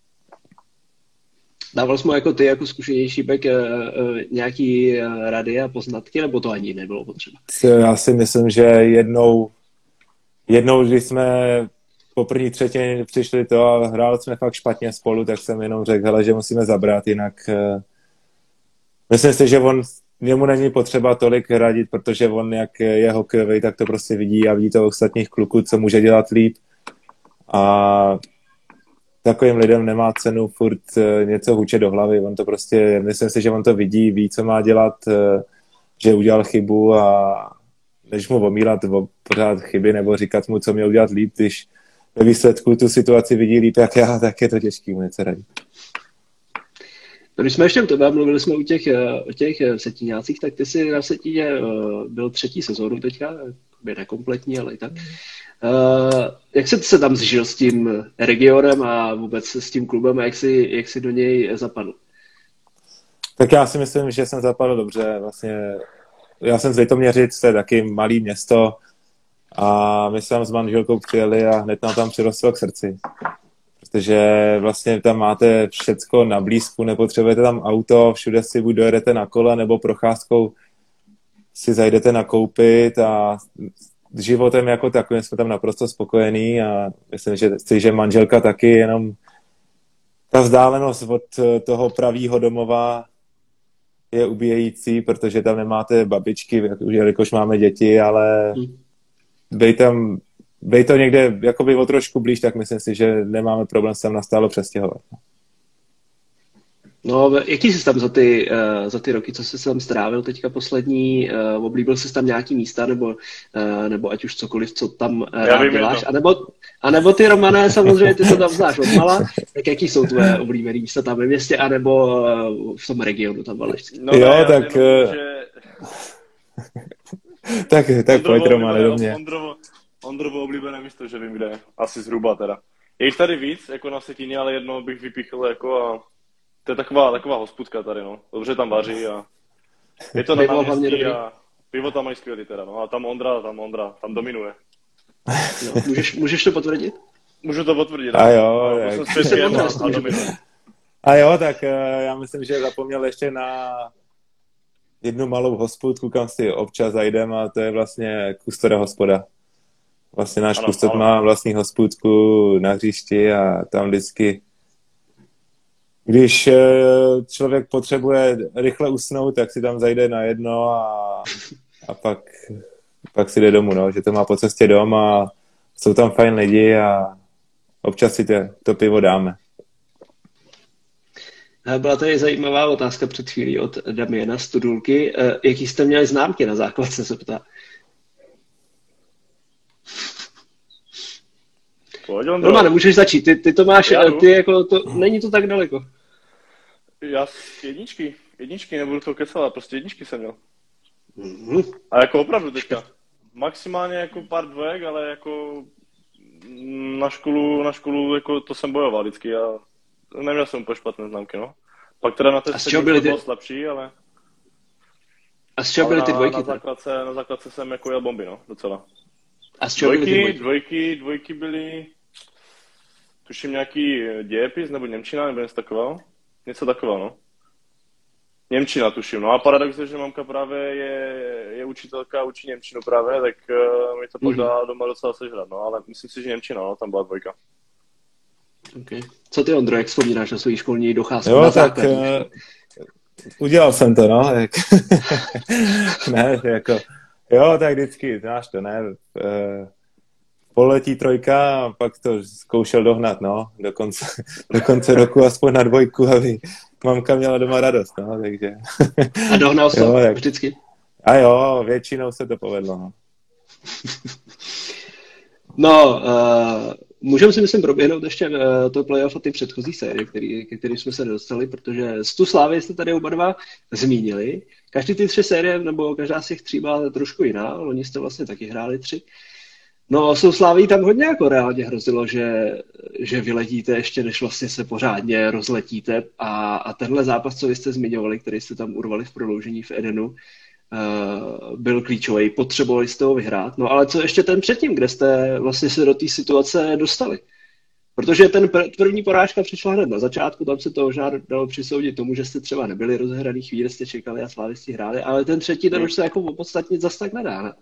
Dával jsi mu jako ty, jako zkušenější back, nějaký rady a poznatky, nebo to ani nebylo potřeba? Já si myslím, že jednou, když jsme po první třetině přišli to a hráli jsme fakt špatně spolu, tak jsem jenom řekl, hele, že musíme zabrat, jinak myslím si, že němu není potřeba tolik radit, protože on, jak je hokejový, tak to prostě vidí a vidí to ostatních kluků, co může dělat líp. A takovým lidem nemá cenu furt něco hučet do hlavy. On to prostě, myslím si, že on to vidí, ví, co má dělat, že udělal chybu a než mu omílat pořád chyby nebo říkat mu, co měl udělat líp, když ve výsledku tu situaci vidí líp jak já, tak je to těžký mu něco radit. No, když jsme ještě u tebe, mluvili jsme o těch Setíňácích, tak ty jsi na Setíně byl 3. sezónu teďka, nekompletní, ale i tak. Jak jsi se tam zžil s tím regionem a vůbec s tím klubem a jak jsi do něj zapadl? Tak já si myslím, že jsem zapadl dobře. Vlastně, já jsem z Litoměřic, to je taky malý město a my jsme s manželkou přijeli a hned nám tam přirostlo k srdci. Protože vlastně tam máte všecko na blízku, nepotřebujete tam auto, všude si buď dojedete na kole nebo procházkou si zajdete nakoupit a s životem jako takovým jsme tam naprosto spokojení a myslím, že manželka taky, jenom ta vzdálenost od toho pravýho domova je ubíjející, protože tam nemáte babičky, jelikož máme děti, ale bej to někde jakoby o trošku blíž, tak myslím si, že nemáme problém se tam nastálo přestěhovat. No, jaký jsi tam za ty roky, co jsi tam strávil teďka poslední, oblíbil jsi tam nějaký místa, nebo ať už cokoliv, co tam děláš, anebo ty, Romane, samozřejmě ty se tam znáš od mala, tak jaký jsou tvoje oblíbené místa tam ve městě, anebo v tom regionu tam Valašsky? No, jo, tak... tak pojď, Romane, do mě. Ondrovo oblíbené místo, že vím, kde je. Asi zhruba teda. Je jich tady víc, jako na Vsetíně, ale jedno bych vypíchl jako a to je taková hospůdka tady, no. Dobře tam vaří a je to na náměstí a pivo tam mají skvělý teda, no. A tam Ondra, tam dominuje. No, můžeš to potvrdit? Můžu to potvrdit. A jo, a jo, tak já myslím, že zapomněl ještě na jednu malou hospůdku, kam si občas zajdem a to je vlastně Kustoda hospoda. Vlastně náš kustot má vlastní hospůdku na hřišti a tam vždycky, když člověk potřebuje rychle usnout, tak si tam zajde na jedno a pak si jde domů, no, že to má po cestě dom a jsou tam fajn lidi a občas si to pivo dáme. Byla tady zajímavá otázka před chvílí od Damiana Studulky. Jaký jste měli známky na základce, se ptá? Romane, můžeš začít. Ty to máš, ty jako to, není to tak daleko. Já jedničky, nebudu to kecat, prostě jedničky jsem měl. Mm-hmm. A jako opravdu teďka. Maximálně jako pár dvojek, ale jako na školu jako to jsem bojoval vždycky a neměl jsem úplně špatné známky, no. Pak teda na té střední to bylo slabší, ale... A z čeho byly ty dvojky? Na základce jsem jako jel bomby, no, docela. A z čeho byly ty dvojky byly, tuším nějaký dějepis, nebo němčina, nebo něco takového, no. Němčina tuším, no a paradox je, že mamka právě je učitelka, učí němčinu právě, tak mi to pak dá doma docela sežrat, no, ale myslím si, že němčina, no, tam byla dvojka. Okay. Co ty, Ondro, jak vzpomínáš na svou školní docházku? Jo, tak udělal jsem to, no. Ne, jako, jo, tak vždycky, znáš to, ne. Pololetí trojka a pak to zkoušel dohnat, no, do konce roku aspoň na dvojku, aby mamka měla doma radost, no, takže. A dohnal jsi to vždycky? A jo, většinou se to povedlo, no. No, můžeme si myslím proběhnout ještě to playoff a ty předchozí série, který jsme se dostali, protože z tu Slávy jste tady oba dva zmínili. Každý ty 3 série, nebo každá z těch 3 byla trošku jiná, oni jste vlastně taky hráli 3. No, s Sláví tam hodně jako reálně hrozilo, že vyletíte ještě, než vlastně se pořádně rozletíte a tenhle zápas, co vy jste zmiňovali, který jste tam urvali v prodloužení v Edenu, byl klíčový, potřebovali jste ho vyhrát. No ale co ještě ten předtím, kde jste vlastně se do té situace dostali? Protože ten první porážka přišla hned na začátku, tam se to možná dalo přisoudit tomu, že jste třeba nebyli rozehraný, chvíli jste čekali a slávisti hráli, ale ten třetí, ten už se jako opodstatnit zas tak nedá, ne?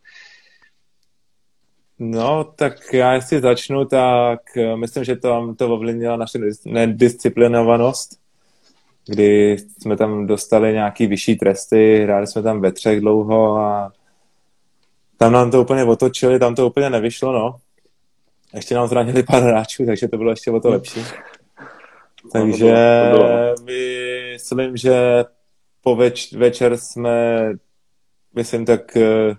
No, tak já jestli začnu, tak myslím, že to ovlivnila naše nedisciplinovanost, kdy jsme tam dostali nějaký vyšší tresty, hráli jsme tam ve 3 dlouho a tam nám to úplně otočili, tam to úplně nevyšlo, no. Ještě nám zranili pár hráčů, takže to bylo ještě o to lepší. Takže myslím, že po večer jsme, myslím tak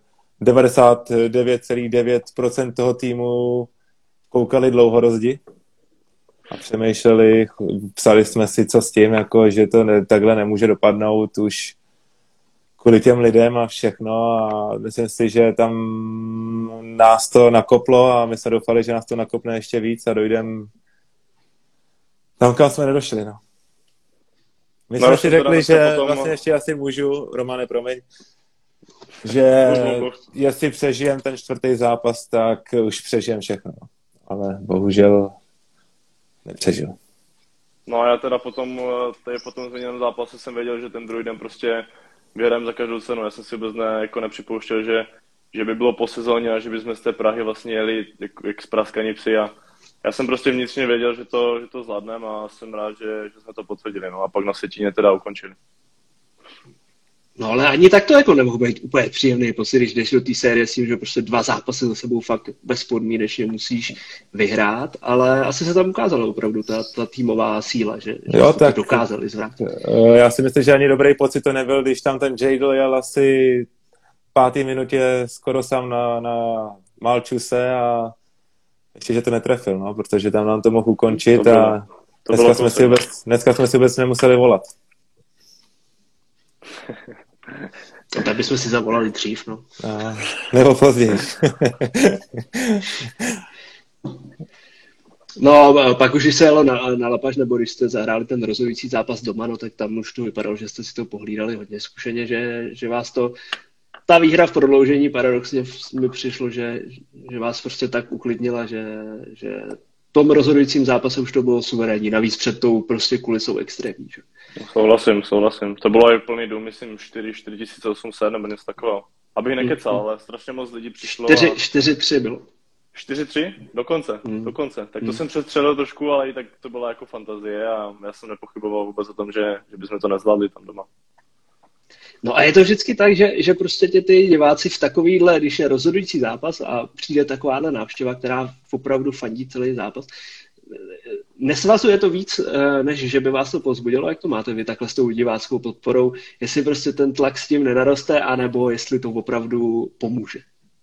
99,9% toho týmu koukali dlouhorozdi a přemýšleli, psali jsme si, co s tím, jako, že to takhle nemůže dopadnout už kvůli těm lidem a všechno a myslím si, že tam nás to nakoplo a my jsme doufali, že nás to nakopne ještě víc a dojdeme tam, kam jsme nedošli, no. My jsme si řekli, že vlastně ještě asi můžu, Romane, promiň, že jestli přežijem ten 4. zápas, tak už přežijem všechno. Ale bohužel nepřežil. No a já teda po tom změněném zápase jsem věděl, že ten druhý den prostě vyhrajeme za každou cenu. Já jsem si vůbec nepřipouštěl, že by bylo po sezóně a že bychom z té Prahy vlastně jeli jak zpraskaní psi a já jsem prostě vnitřně věděl, že to zvládneme a jsem rád, že jsme to potvrdili. No a pak na Vsetíně teda ukončili. No ale ani tak to jako nemohl být úplně příjemný pocit, když jdeš do té série s tím, že prostě 2 zápasy za sebou fakt bezpodmínečně musíš vyhrát, ale asi se tam ukázala opravdu ta týmová síla, že jo, tak to dokázali zvrátit. Já si myslím, že ani dobrý pocit to nebyl, když tam ten Jadl jel asi v 5. minutě skoro sám na Malčuse a ještě, že to netrefil, no, protože tam nám to mohl ukončit a dneska jsme si vůbec nemuseli volat. No, tak bychom si zavolali dřív, no. Nebo později. No, pak už, když se jelo na Lapaš, nebo když jste zahráli ten rozhodující zápas doma, no, tak tam už to vypadalo, že jste si to pohlídali hodně zkušeně, že vás to, ta výhra v prodloužení paradoxně mi přišlo, že vás prostě tak uklidnila, že v tom rozhodujícím zápase už to bylo suverénní, navíc před tou prostě kulisou extrémní, že? Souhlasím. To bylo i plný dům, myslím 4800 nebo něco takového. Abych nekecal, ale strašně moc lidí přišlo. 4-3 bylo. 4-3? Dokonce. Tak to jsem přestřelil trošku, ale i tak to byla jako fantazie a já jsem nepochyboval vůbec o tom, že bychom to nezvládli tam doma. No a je to vždycky tak, že prostě ty diváci v takovýhle, když je rozhodující zápas a přijde takováhle návštěva, která opravdu fandí celý zápas, nesvazuje to víc, než že by vás to povzbudilo? Jak to máte vy takhle s tou diváckou podporou? Jestli prostě ten tlak s tím nenaroste, anebo jestli to opravdu pomůže?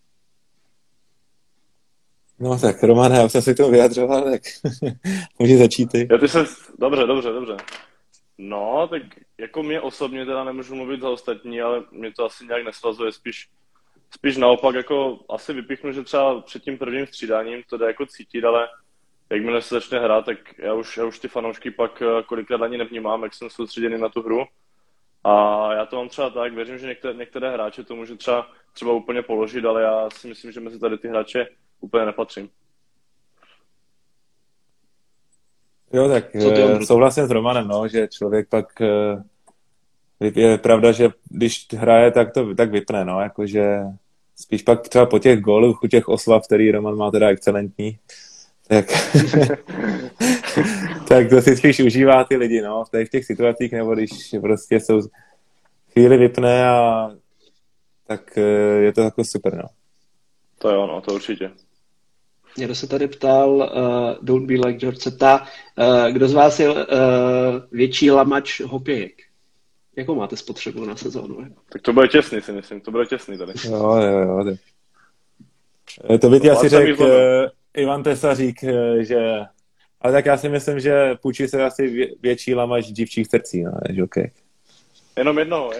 No tak Roman, já už jsem si k tomu vyjadřoval, tak může začít ty. Dobře. No, tak jako mě osobně teda nemůžu mluvit za ostatní, ale mě to asi nějak nesvazuje, spíš naopak jako asi vypíchnu, že třeba před tím prvním střídáním to jde jako cítit, ale jakmile se začne hrát, tak já už ty fanoušky pak kolikrát ani nevnímám, jak jsem soustředěný na tu hru. A já to mám třeba tak, věřím, že některé hráče to může třeba úplně položit, ale já si myslím, že mezi tady ty hráče úplně nepatřím. Jo, tak souhlasím s Romanem, no, že člověk pak je pravda, že když hraje, tak vypne, no, jakože spíš pak třeba po těch gólech, u těch oslav, který Roman má teda excelentní, tak to si spíš užívá ty lidi, no, v těch situacích, nebo když prostě jsou chvíli vypne a tak je to jako super, no. To jo, no, to určitě. Někdo se tady ptal, Don't Be Like George se ptá, kdo z vás je větší lamač hokejek? Jakou máte spotřebu na sezónu? Tak to bude těsný, si myslím, to bude těsný tady. Jo. To by ti asi řekl Ivan Tesařík, že... Ale tak já si myslím, že půjčí se asi větší lamač dívčích srdcí, no, než hokejek. Jenom jednoho.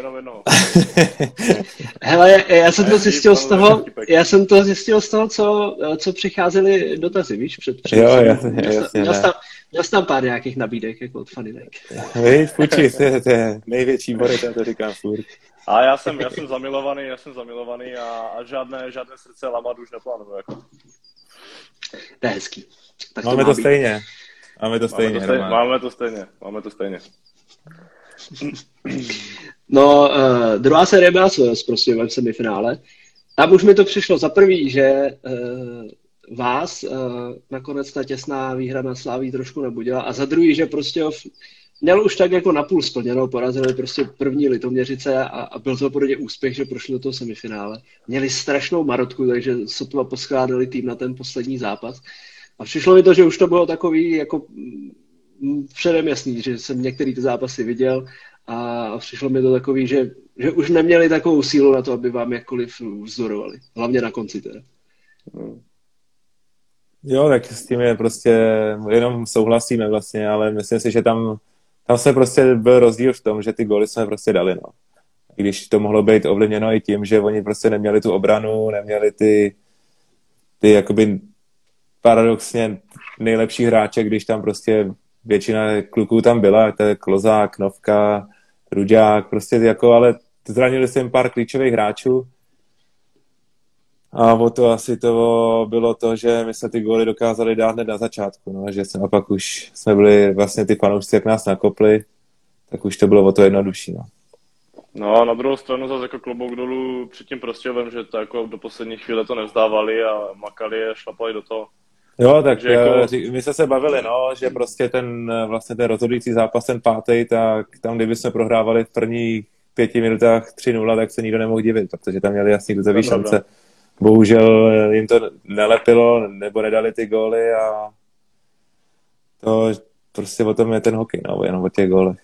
Hele, já jsem to zjistil z toho, co přicházely dotazy, víš, Jo, jasně. Měl jsem tam pár nějakých nabídek, jako od faninek. Víš, půjčí, to je největší borec, já to říkám furt. A já jsem zamilovaný a žádné srdce lamat už neplánuju, jako. To je hezký. Tak Máme to stejně. Máme to stejně. No, druhá série byla s Prostějovem v semifinále. Tam už mi to přišlo za prvý, že vás nakonec ta těsná výhra na Sláví trošku nebudila a za druhý, že Prostějov měl už tak jako napůl splněno, porazili prostě první Litoměřice a byl to podle úspěch, že prošli do toho semifinále. Měli strašnou marotku, takže sotva poskládali tým na ten poslední zápas. A přišlo mi to, že už to bylo takový jako předem jasný, že jsem některý ty zápasy viděl a přišlo mi to takový, že už neměli takovou sílu na to, aby vám jakkoliv vzdorovali. Hlavně na konci teda. Jo, tak s tím je prostě, jenom souhlasíme vlastně, ale myslím si, že tam se prostě byl rozdíl v tom, že ty góly jsme prostě dali, no. I když to mohlo být ovlivněno i tím, že oni prostě neměli tu obranu, neměli ty jakoby paradoxně nejlepší hráče, když tam prostě většina kluků tam byla, to je Klozák, Novka, Ruďák, prostě jako, ale zranili se jim pár klíčových hráčů a o to asi to bylo to, že my jsme ty góly dokázali dát hned na začátku, no, že a pak už jsme byli vlastně ty fanoušci, jak nás nakopli, tak už to bylo o to jednodušší, no. No, na druhou stranu zase jako klobouk dolů před tím Prostějovem, že to jako do poslední chvíle to nevzdávali a makali a šlapali do toho. Jo, tak jako... my jsme se bavili, no, že prostě ten rozhodující zápas, ten pátý, tak tam, kdyby jsme prohrávali v prvních 5 minutách 3-0, tak se nikdo nemohl divit, protože tam měli jasný docela šance. Bohužel jim to nelepilo, nebo nedali ty góly a to prostě o tom je ten hokej, no, jenom o těch gólech.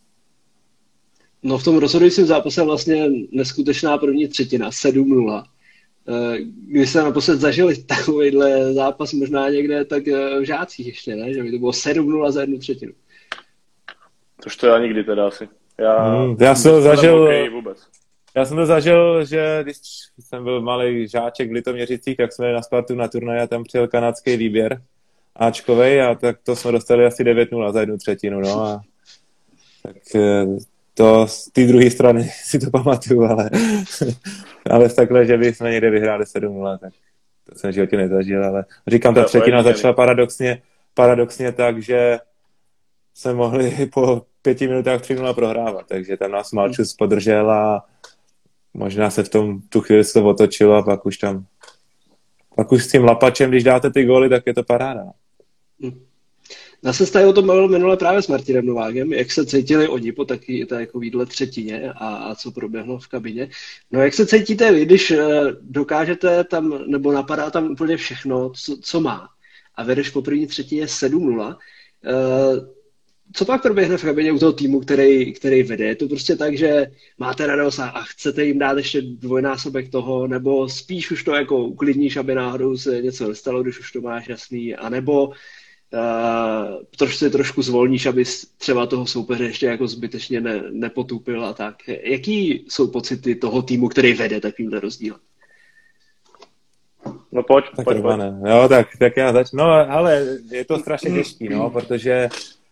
No v tom rozhodujícím zápase vlastně neskutečná první třetina, 7-0. Když se naposled zažili takovýhle zápas možná někde, tak v Žácích ještě, ne? Že by to bylo 7-0 za jednu třetinu. Tož to já nikdy teda asi. Já jsem to zažil, že když jsem byl malý žáček v Litoměřicích, tak jsme na Spartu na turnaj a tam přijel kanadský výběr Ačkovej a tak to jsme dostali asi 9-0 za jednu třetinu, no a tak to z té druhé strany si to pamatuju, ale takhle, že by jsme někde vyhráli 7-0, tak to jsem v životě nezažil, ale říkám, ta třetina začala paradoxně tak, že jsme mohli po 5 minutách 3-0 prohrávat, takže tam nás Malčus podržel a možná se v tom tu chvíli se to otočilo a pak už s tím lapačem, když dáte ty góly, tak je to paráda. Já jsem se tady o tom bavil minule právě s Martinem Novákem, jak se cítili oni po takovýhle třetině a co proběhlo v kabině. No jak se cítíte vy, když dokážete tam, nebo napadá tam úplně všechno, co má a vedeš po první třetině 7-0, Co pak proběhne v kabině u toho týmu, který vede? Je to prostě tak, že máte radost a chcete jim dát ještě dvojnásobek toho, nebo spíš už to jako uklidníš, aby náhodou se něco nestalo, když už to máš jasný, anebo trošku zvolníš, aby třeba toho soupeře ještě jako zbytečně nepotupil a tak. Jaký jsou pocity toho týmu, který vede takovýmhle rozdílem? No pojď. Jo, tak já začnu. No, ale je to strašně těžký, no, protože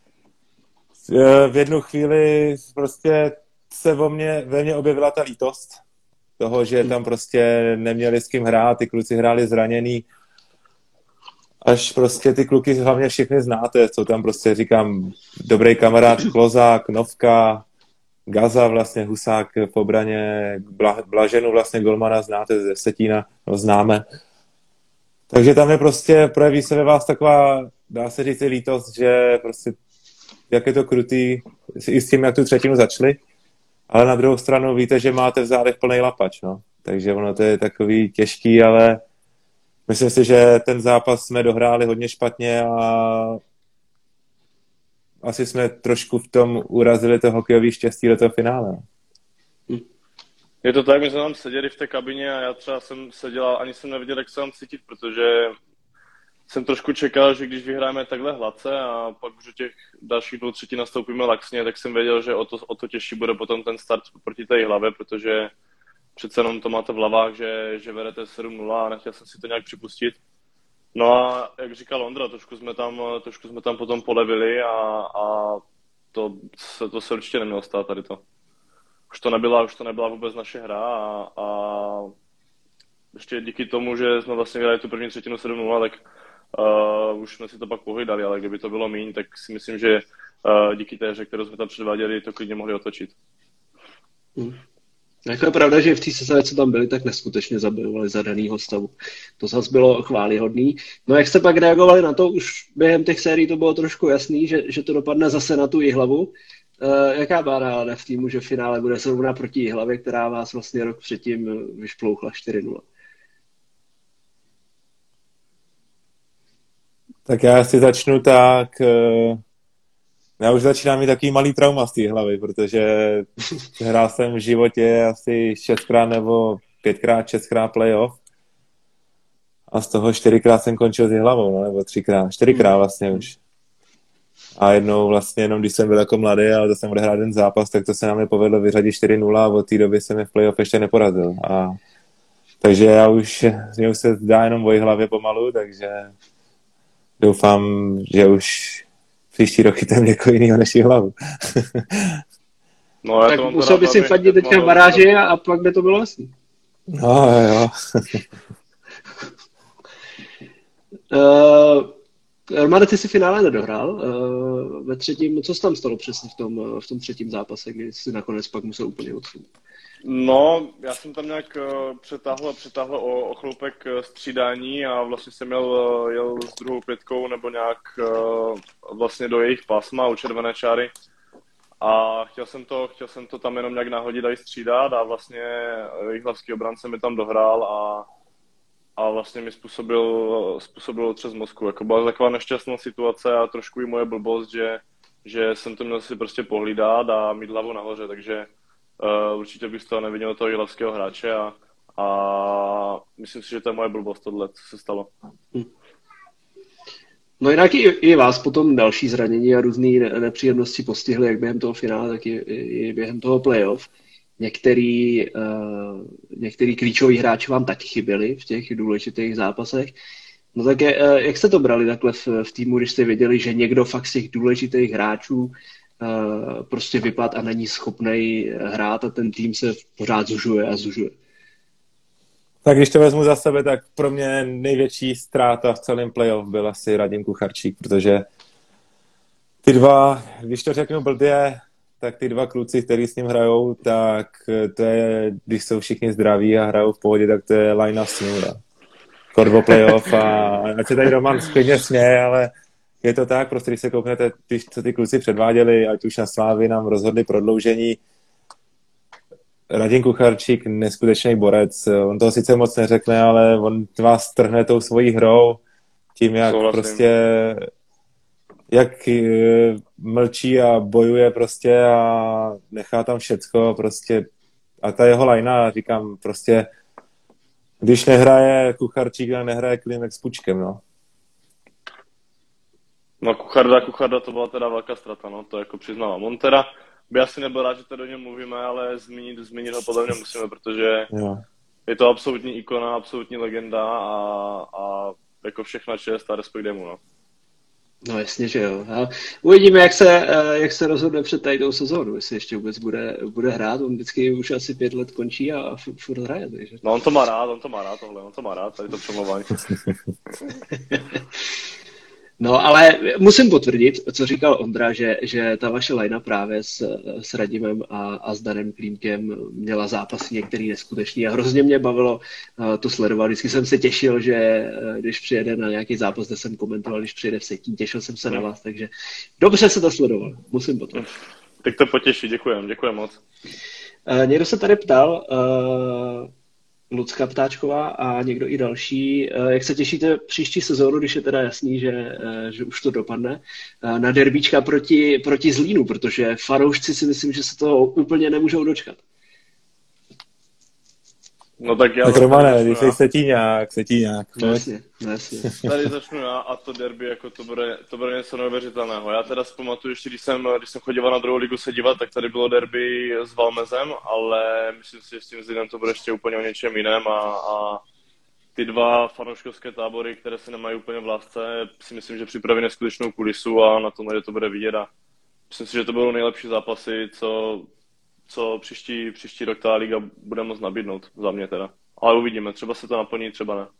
v jednu chvíli prostě se ve mně objevila ta lítost toho, že tam prostě neměli s kým hrát, ty kluci hráli zraněný, až prostě ty kluky hlavně všechny znáte, co tam prostě říkám, dobrý kamarád Klozák, Novka, Gaza vlastně, Husák v obraně, Blaženu vlastně golmana znáte, ze Setína, no známe. Takže tam je prostě, projeví se ve vás taková, dá se říct, lítost, že prostě jak je to krutý, i s tím, jak tu třetinu začali, ale na druhou stranu víte, že máte v zádech plný lapač, no. Takže ono to je takový těžký, ale myslím si, že ten zápas jsme dohráli hodně špatně a asi jsme trošku v tom urazili to hokejový štěstí do toho finále. Je to tak, my jsme tam seděli v té kabině a já třeba jsem seděl a ani jsem nevěděl, jak se tam cítit, protože jsem trošku čekal, že když vyhráme takhle hladce a pak už do těch dalších 2/3 nastoupíme laxně, tak jsem věděl, že o to těžší bude potom ten start proti té hlavě, protože přece jenom to máte v hlavách, že vedete 7-0 a nechtěl jsem si to nějak připustit. No a jak říkal Ondra, trošku jsme tam potom polevili a to se určitě nemělo stát tady to. Už to nebyla vůbec naše hra a ještě díky tomu, že jsme vlastně vyhráli tu první třetinu 7-0, tak už jsme si to pak pohlídali, ale kdyby to bylo míň, tak si myslím, že díky té hře, kterou jsme tam předváděli, to klidně mohli otočit. Jako je pravda, že v té sestavě, co tam byli, tak neskutečně zabojovali za danýho stavu. To zase bylo chvályhodný. No jak jste pak reagovali na to, už během těch sérií to bylo trošku jasný, že to dopadne zase na tu Jihlavu. Jaká byla nálada v týmu, že v finále bude zrovna proti Jihlavě, která vás vlastně rok předtím vyšplouchla 4-0? Tak já si začnu tak... Já už začínám mít takový malý trauma z té hlavy, protože hrál jsem v životě asi 6x nebo 5x, 6x playoff a z toho 4x jsem končil s hlavou, no, nebo 3x, 4x vlastně už. A jednou vlastně jenom, když jsem byl jako mladý, ale to jsem odehrál jeden zápas, tak to se nám povedlo vyřadit 4-0 a od té doby jsem je v playoff ještě neporazil. Takže mě už se zdá jenom o hlavě pomalu, takže doufám, že už příští rok chytám někoho jiného než hlavu. No, tak musel by si fandit teďka v baráži a pak by to bylo jasný. No, jo. Romane, ty si finále nedohrál. Ve třetím, co se tam stalo přesně v tom třetím zápase, kdy jsi nakonec pak musel úplně odchůt? No, já jsem tam nějak přetáhl o chloupek střídání a vlastně jsem jel s druhou pětkou nebo nějak vlastně do jejich pásma u červené čáry a chtěl jsem to tam jenom nějak nahodit a i střídat a vlastně jihlavský obránce mi tam dohrál a vlastně mi způsobil otřes mozku. Jako byla taková nešťastná situace a trošku i moje blbost, že jsem to měl si prostě pohlídat a mít hlavu nahoře, takže určitě bych z toho neviděl toho jihlavského hráče a myslím si, že to je moje blbost, tohle, co se stalo. No jinak i vás potom další zranění a různé nepříjemnosti postihly, jak během toho finále, tak i během toho playoff. Některý klíčoví hráči vám taky chyběli v těch důležitých zápasech. No tak jak jste to brali takhle v týmu, když jste věděli, že někdo fakt z těch důležitých hráčů prostě vypad a není schopnej hrát a ten tým se pořád zužuje a zužuje? Tak když to vezmu za sebe, tak pro mě největší ztráta v celém playoff byl asi Radim Kucharčík, protože ty dva, když to řeknu blbě, tak ty dva kluci, kteří s ním hrajou, tak to je, když jsou všichni zdraví a hrajou v pohodě, tak to je line s ním. Korvo playoff a ať se tady Roman klidně směje, ale je to tak, prostě když se kouknete, co ty kluci předváděli, ať už na Slávy nám rozhodli prodloužení. Radim Kucharčík, neskutečný borec, on toho sice moc neřekne, ale on vás trhne tou svojí hrou, tím, jak prostě jak mlčí a bojuje prostě a nechá tam všecko prostě. A ta jeho lajna, říkám, prostě když nehraje Kucharčík, nehraje Klimek s Pučkem, no. No Kucharda to byla teda velká strata, no, to jako přiznávám. On teda by asi nebyl rád, že tady o něm mluvíme, ale zmínit ho podle mě musíme, protože je to absolutní ikona, absolutní legenda a jako všechna čest a respekt jemu, no. No jasně, že jo. A uvidíme, jak se rozhodne před tady tou sezónu, jestli ještě vůbec bude hrát. On vždycky už asi 5 let končí a furt hraje. Takže. No on to má rád tohle, on to má rád, tady to přemlouvání. No, ale musím potvrdit, co říkal Ondra, že ta vaše lajna právě s Radimem a s Danem Klímkem měla zápasy některý neskutečný a hrozně mě bavilo to sledovat. Vždycky jsem se těšil, že když přijede na nějaký zápas, kde jsem komentoval, když přijede v Vsetín, těšil jsem se na vás, takže dobře se to sledoval, musím potvrdit. Tak to potěší, děkujem moc. Někdo se tady ptal, Lucka Ptáčková a někdo i další. Jak se těšíte příští sezónu, když je teda jasný, že už to dopadne, na derbíčka proti Zlínu, protože fanoušci si myslím, že se toho úplně nemůžou dočkat. No tak já... Tak Romane, když jsi Setíňák. No jasně. Tady začnu já a to derby, jako to bude něco neuvěřitelného. Já teda zpamatuju ještě, když jsem chodil na druhou ligu se dívat, tak tady bylo derby s Valmezem, ale myslím si, že s tím Zlínem to bude ještě úplně o něčem jiném a ty dva fanouškovské tábory, které se nemají úplně v lásce, si myslím, že připraví neskutečnou kulisu a na tom, že to bude vidět a myslím si, že to budou nejlepší zápasy, co příští rok ta liga bude moct nabídnout, za mě teda. Ale uvidíme, třeba se to naplní, třeba ne.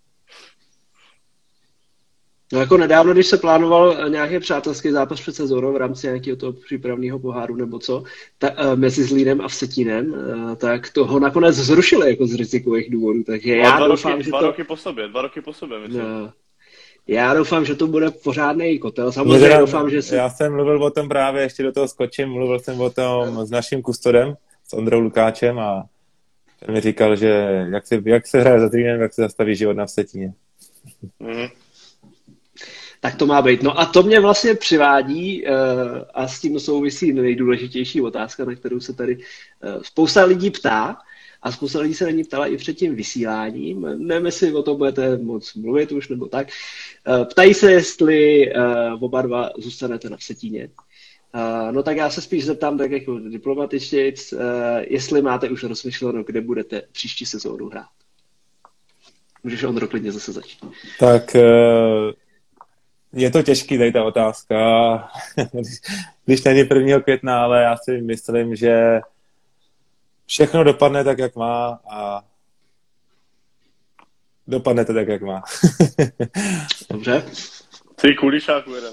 No jako nedávno, když se plánoval nějaký přátelský zápas před sezónou v rámci nějakého toho přípravného poháru nebo co, mezi Zlínem a Vsetínem, tak toho nakonec zrušili jako z rizikových důvodů, takže já doufám, že dva roky po sobě, myslím. No, já doufám, že to bude pořádný kotel. Samozřejmě doufám, že Já jsem mluvil o tom právě, ještě do toho skočím, mluvil jsem o tom s naším kustodem, s Ondrou Lukáčem a ten mi říkal, že jak se hraje za Zlínem, jak se zastaví život na Vsetíně. Mm-hmm. Tak to má být. No a to mě vlastně přivádí a s tím souvisí nejdůležitější otázka, na kterou se tady spousta lidí ptá a spousta lidí se na ní ptala i před tím vysíláním. Nevím, jestli o tom budete moc mluvit už nebo tak. Ptají se, jestli oba dva zůstanete na Vsetíně. No tak já se spíš zeptám tak jako diplomatičtějc, jestli máte už rozmyšleno, kde budete příští sezónu hrát. Můžeš, Ondro, klidně zase začít. Tak je to těžký tady ta otázka, když není 1. května, ale já si myslím, že všechno dopadne tak, jak má a dopadne to tak, jak má. Dobře. Ty kulišáku jeden.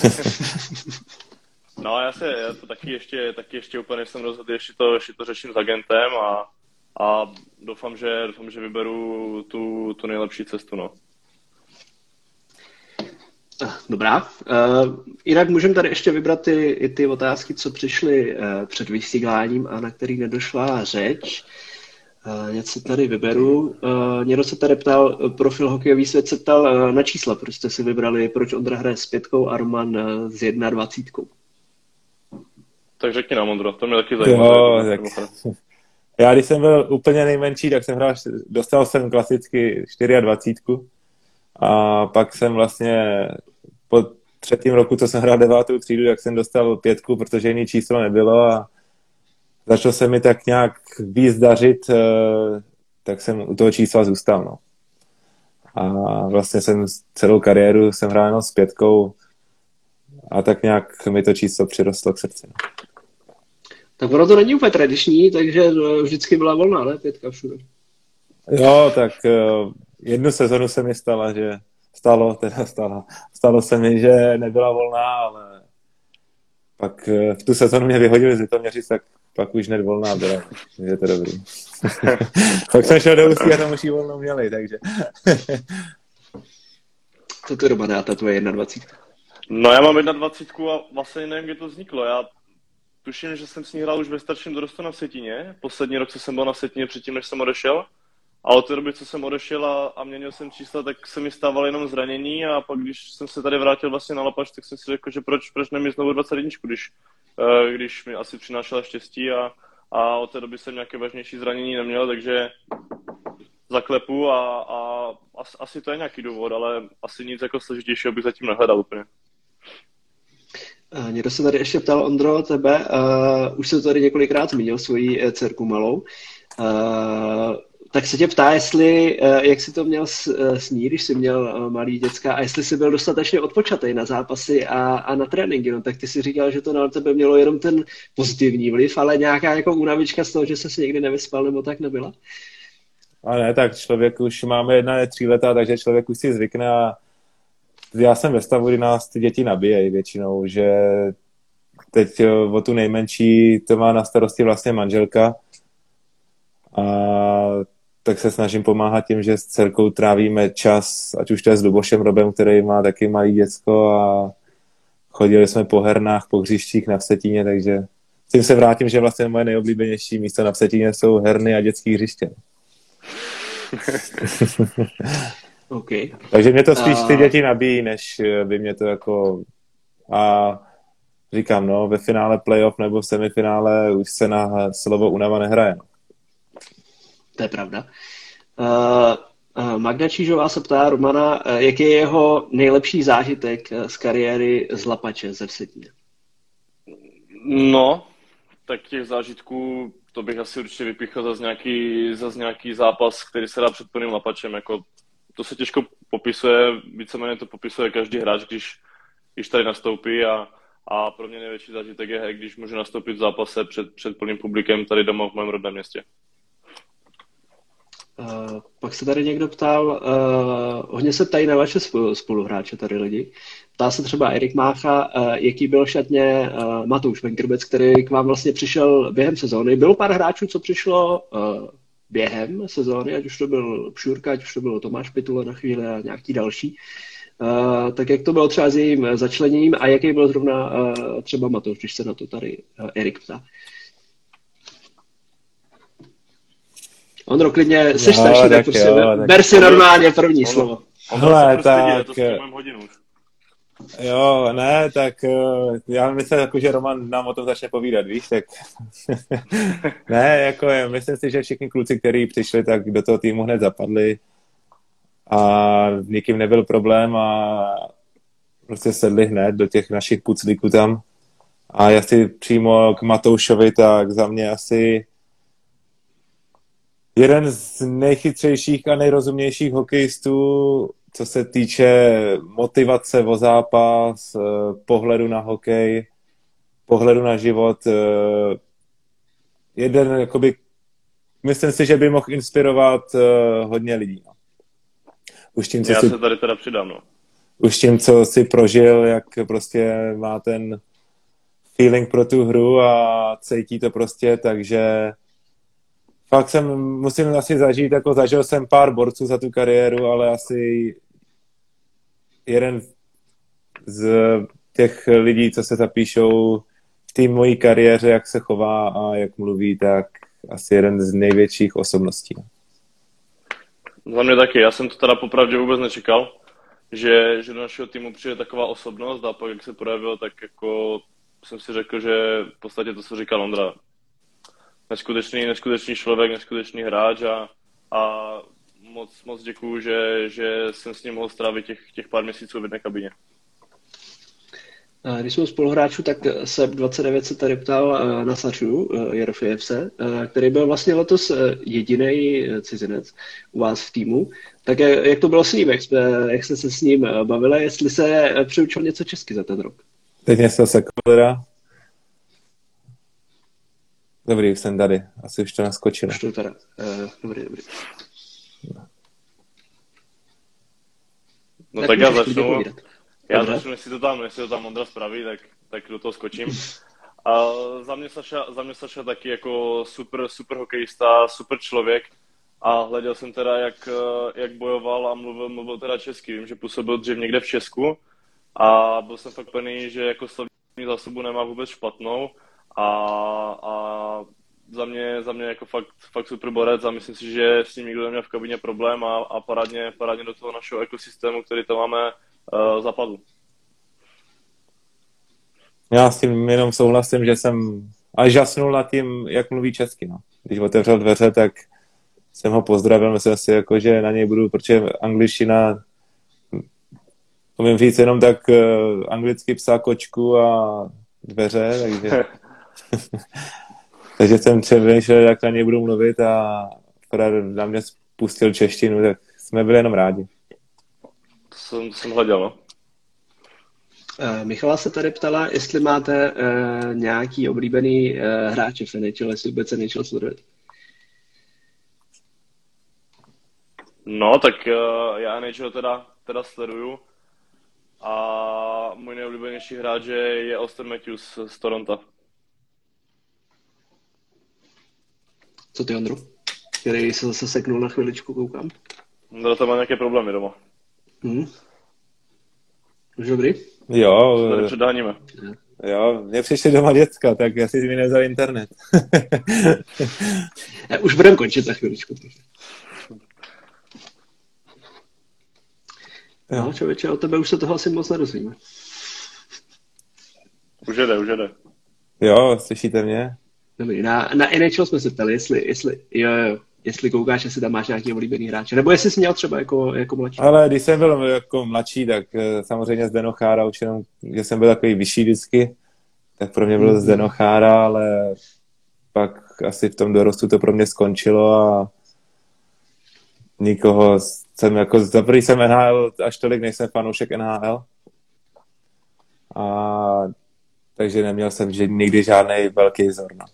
No já to taky ještě úplně jsem rozhodl, ještě to řeším s agentem a doufám, že vyberu tu nejlepší cestu, no. Dobrá. Jinak můžeme tady ještě vybrat i ty otázky, co přišly před vysíláním a na který nedošla řeč. Něco tady vyberu. Někdo se tady ptal, profil hokejový svět se ptal na čísla, proč jste si vybrali, proč Ondra hraje s 5 a Roman s 21. Tak řekni nám, Ondro, to mě taky zajímá. Jo, tak... Já když jsem byl úplně nejmenší, tak jsem dostal jsem klasicky 24. A pak jsem vlastně po 3. roku, co jsem hrál 9. třídu, tak jsem dostal 5, protože jiný číslo nebylo a začalo se mi tak nějak víc dařit, tak jsem u toho čísla zůstal. No. A vlastně jsem celou kariéru jsem hrál jenom s 5 a tak nějak mi to číslo přirostlo k srdci. No. Tak ono to není úplně tradiční, takže vždycky byla volná, ne? 5 všude. Jo, tak jednu sezonu se mi stalo se mi, že nebyla volná, ale pak v tu sezonu mě vyhodili z Litoměřic, tak pak už hned volná byla, takže je to dobrý. Pak jsem šel do Ústí a tam už ji volnou měli, takže. Co ty, Romane, a ta tvoje 21? No já mám 21 a vlastně nevím, kde to vzniklo. Já tuším, že jsem s ní hrál už ve starším dorostu na Vsetíně. Poslední rok, co jsem byl na Vsetíně předtím, než jsem odešel. A od té doby, co jsem odešel a měnil jsem čísla, tak se mi stávaly jenom zranění a pak, když jsem se tady vrátil vlastně na Lapač, tak jsem si řekl, že proč nemít znovu 21, když mi asi přinášela štěstí a od té doby jsem nějaké vážnější zranění neměl, takže zaklepu a asi to je nějaký důvod, ale asi nic jako složitějšího bych zatím nehledal úplně. Někdo se tady ještě ptal, Ondro, tebe, už jsem tady několikrát zmínil svoji dcerku malou, tak se tě ptá, jestli, jak jsi to měl s ní, když jsi měl malý děcka, a jestli jsi byl dostatečně odpočatý na zápasy a na tréninky. No tak ty si říkal, že to na tebe mělo jenom ten pozitivní vliv, ale nějaká jako únavička z toho, že jsi někdy nevyspal, nebo tak nebyla? A ne, tak člověk už máme 1,3 leta, takže člověk už si zvykne a já jsem ve stavu, kdy nás ty děti nabíjejí většinou, že teď o tu nejmenší to má na starosti vlastně manželka a tak se snažím pomáhat tím, že s dcerkou trávíme čas, ať už to je s Lubošem Robem, který má taky malý děcko a chodili jsme po hernách, po hřištích na Vsetíně, takže s tím se vrátím, že vlastně moje nejoblíbenější místo na Vsetíně jsou herny a dětský hřiště. Okay. Takže mě to spíš ty děti nabíjí, než by mě to jako... A říkám, no, ve finále playoff nebo v semifinále už se na slovo únava nehraje. To je pravda. Magda Čížová se ptá Romana, jaký je jeho nejlepší zážitek z kariéry z Lapače ze Vsetíně? No, tak těch zážitků, to bych asi určitě vypíchl za nějaký zápas, který se dá před plným Lapačem. Jako, to se těžko popisuje, víceméně to popisuje každý hráč, když tady nastoupí a pro mě největší zážitek je, když můžu nastoupit v zápase před plným publikem tady doma v mém rodném městě. Pak se tady někdo ptal, hodně se ptají na vaše spoluhráče tady lidi. Ptá se třeba Erik Mácha, jaký byl v šatně Matouš Venkrbec, který k vám vlastně přišel během sezóny. Bylo pár hráčů, co přišlo během sezóny, ať už to byl Pšurka, ať už to byl Tomáš Pitule na chvíli a nějaký další. Tak jak to bylo třeba s jejím začleněním a jaký byl zrovna třeba Matouš, když se na to tady Erik ptá. Ondro, klidně seš starší, tak prostě ber si normálně první slovo. Hele, tak... Jo, ne, tak já myslím, jako, že Roman nám o tom začne povídat, víš, tak... Ne, jako myslím si, že všichni kluci, kteří přišli, tak do toho týmu hned zapadli a nikým nebyl problém a prostě sedli hned do těch našich puclíků tam. A já si přímo k Matoušovi, tak za mě asi jeden z nejchytřejších a nejrozumnějších hokejistů, co se týče motivace o zápas, pohledu na hokej, pohledu na život. Jeden, jakoby, myslím si, že by mohl inspirovat hodně lidí. No. Už tím, já se tady teda přidám, no. Už tím, co si prožil, jak prostě má ten feeling pro tu hru a cítí to prostě, takže fakt musím asi zažít, jako zažil jsem pár borců za tu kariéru, ale asi jeden z těch lidí, co se zapíšou v té mojí kariéře, jak se chová a jak mluví, tak asi jeden z největších osobností. Za mě taky, já jsem to teda popravdě vůbec nečekal, že do našeho týmu přijde taková osobnost a pak jak se projevil, tak jako jsem si řekl, že v podstatě to, co říkal Ondra, neskutečný člověk, neskutečný hráč a moc děkuju, že jsem s ním mohl strávit těch pár měsíců v jedné kabině. Když jsme spoluhráčů, tak Seb29 se tady ptal na Saču Jerofejevse, který byl vlastně letos jediný cizinec u vás v týmu. Tak jak to bylo s ním? Jak jste se s ním bavili? Jestli se přiučil něco česky za ten rok? Teď něco sekunda. Dobrý, už jsem tady. Asi už to naskočilo. Už to teda. Dobrý. No tak já začnu. Jestli to tam Ondra spraví, tak do toho skočím. A za mě Saša taky jako super hokejista, super člověk. A hleděl jsem teda, jak bojoval a mluvil teda česky. Vím, že působil dřív někde v Česku a byl jsem fakt plný, že jako slovní zásobu nemá vůbec špatnou a za mě jako fakt super borec a myslím si, že s ním nikdo neměl v kabině problém a parádně do toho našeho ekosystému, který tam máme, zapadl. Já s tím jenom souhlasím, že jsem až žasnul nad tím, jak mluví česky. No. Když otevřel dveře, tak jsem ho pozdravil, myslím si, jako, že na něj budu, protože angličtina, umím říct jenom tak anglicky psa, kočku a dveře, takže, takže jsem přemýšlel, jak na něj budu mluvit a na mě spustil češtinu, tak jsme byli jenom rádi. To jsem hleděl, no. Michala se tady ptala, jestli máte nějaký oblíbený hráče v NHL, jestli vůbec NHL sledujete. No, tak já NHL teda sleduju a můj nejoblíbenější hráč je Auston Matthews z Toronto. Co ty, Ondro? Který se zase seknul na chviličku, koukám. Ondra tam má nějaké problémy doma. Už dobrý? Jo. Tady předáníme. Jo, mě přišli doma děcka, tak já si mi nevzal internet. Už budeme končit za chviličku. No, člověče, o tebe už se toho asi moc nedozvíme. Už jede. Jo, slyšíte mě? Dobrý, na NHL jsme se ptali, jestli koukáš, jestli tam máš nějaký oblíbený hráče, nebo jestli jsi měl třeba jako mladší. Ale když jsem byl jako mladší, tak samozřejmě Zdeno Chára, už jenom, že jsem byl takový vyšší vždycky, tak pro mě byl Zdeno Chára, ale pak asi v tom dorostu to pro mě skončilo a nikoho jsem jako, za první jsem NHL, až tolik nejsem fanoušek NHL. A takže neměl jsem nikdy žádný velký vzor. No.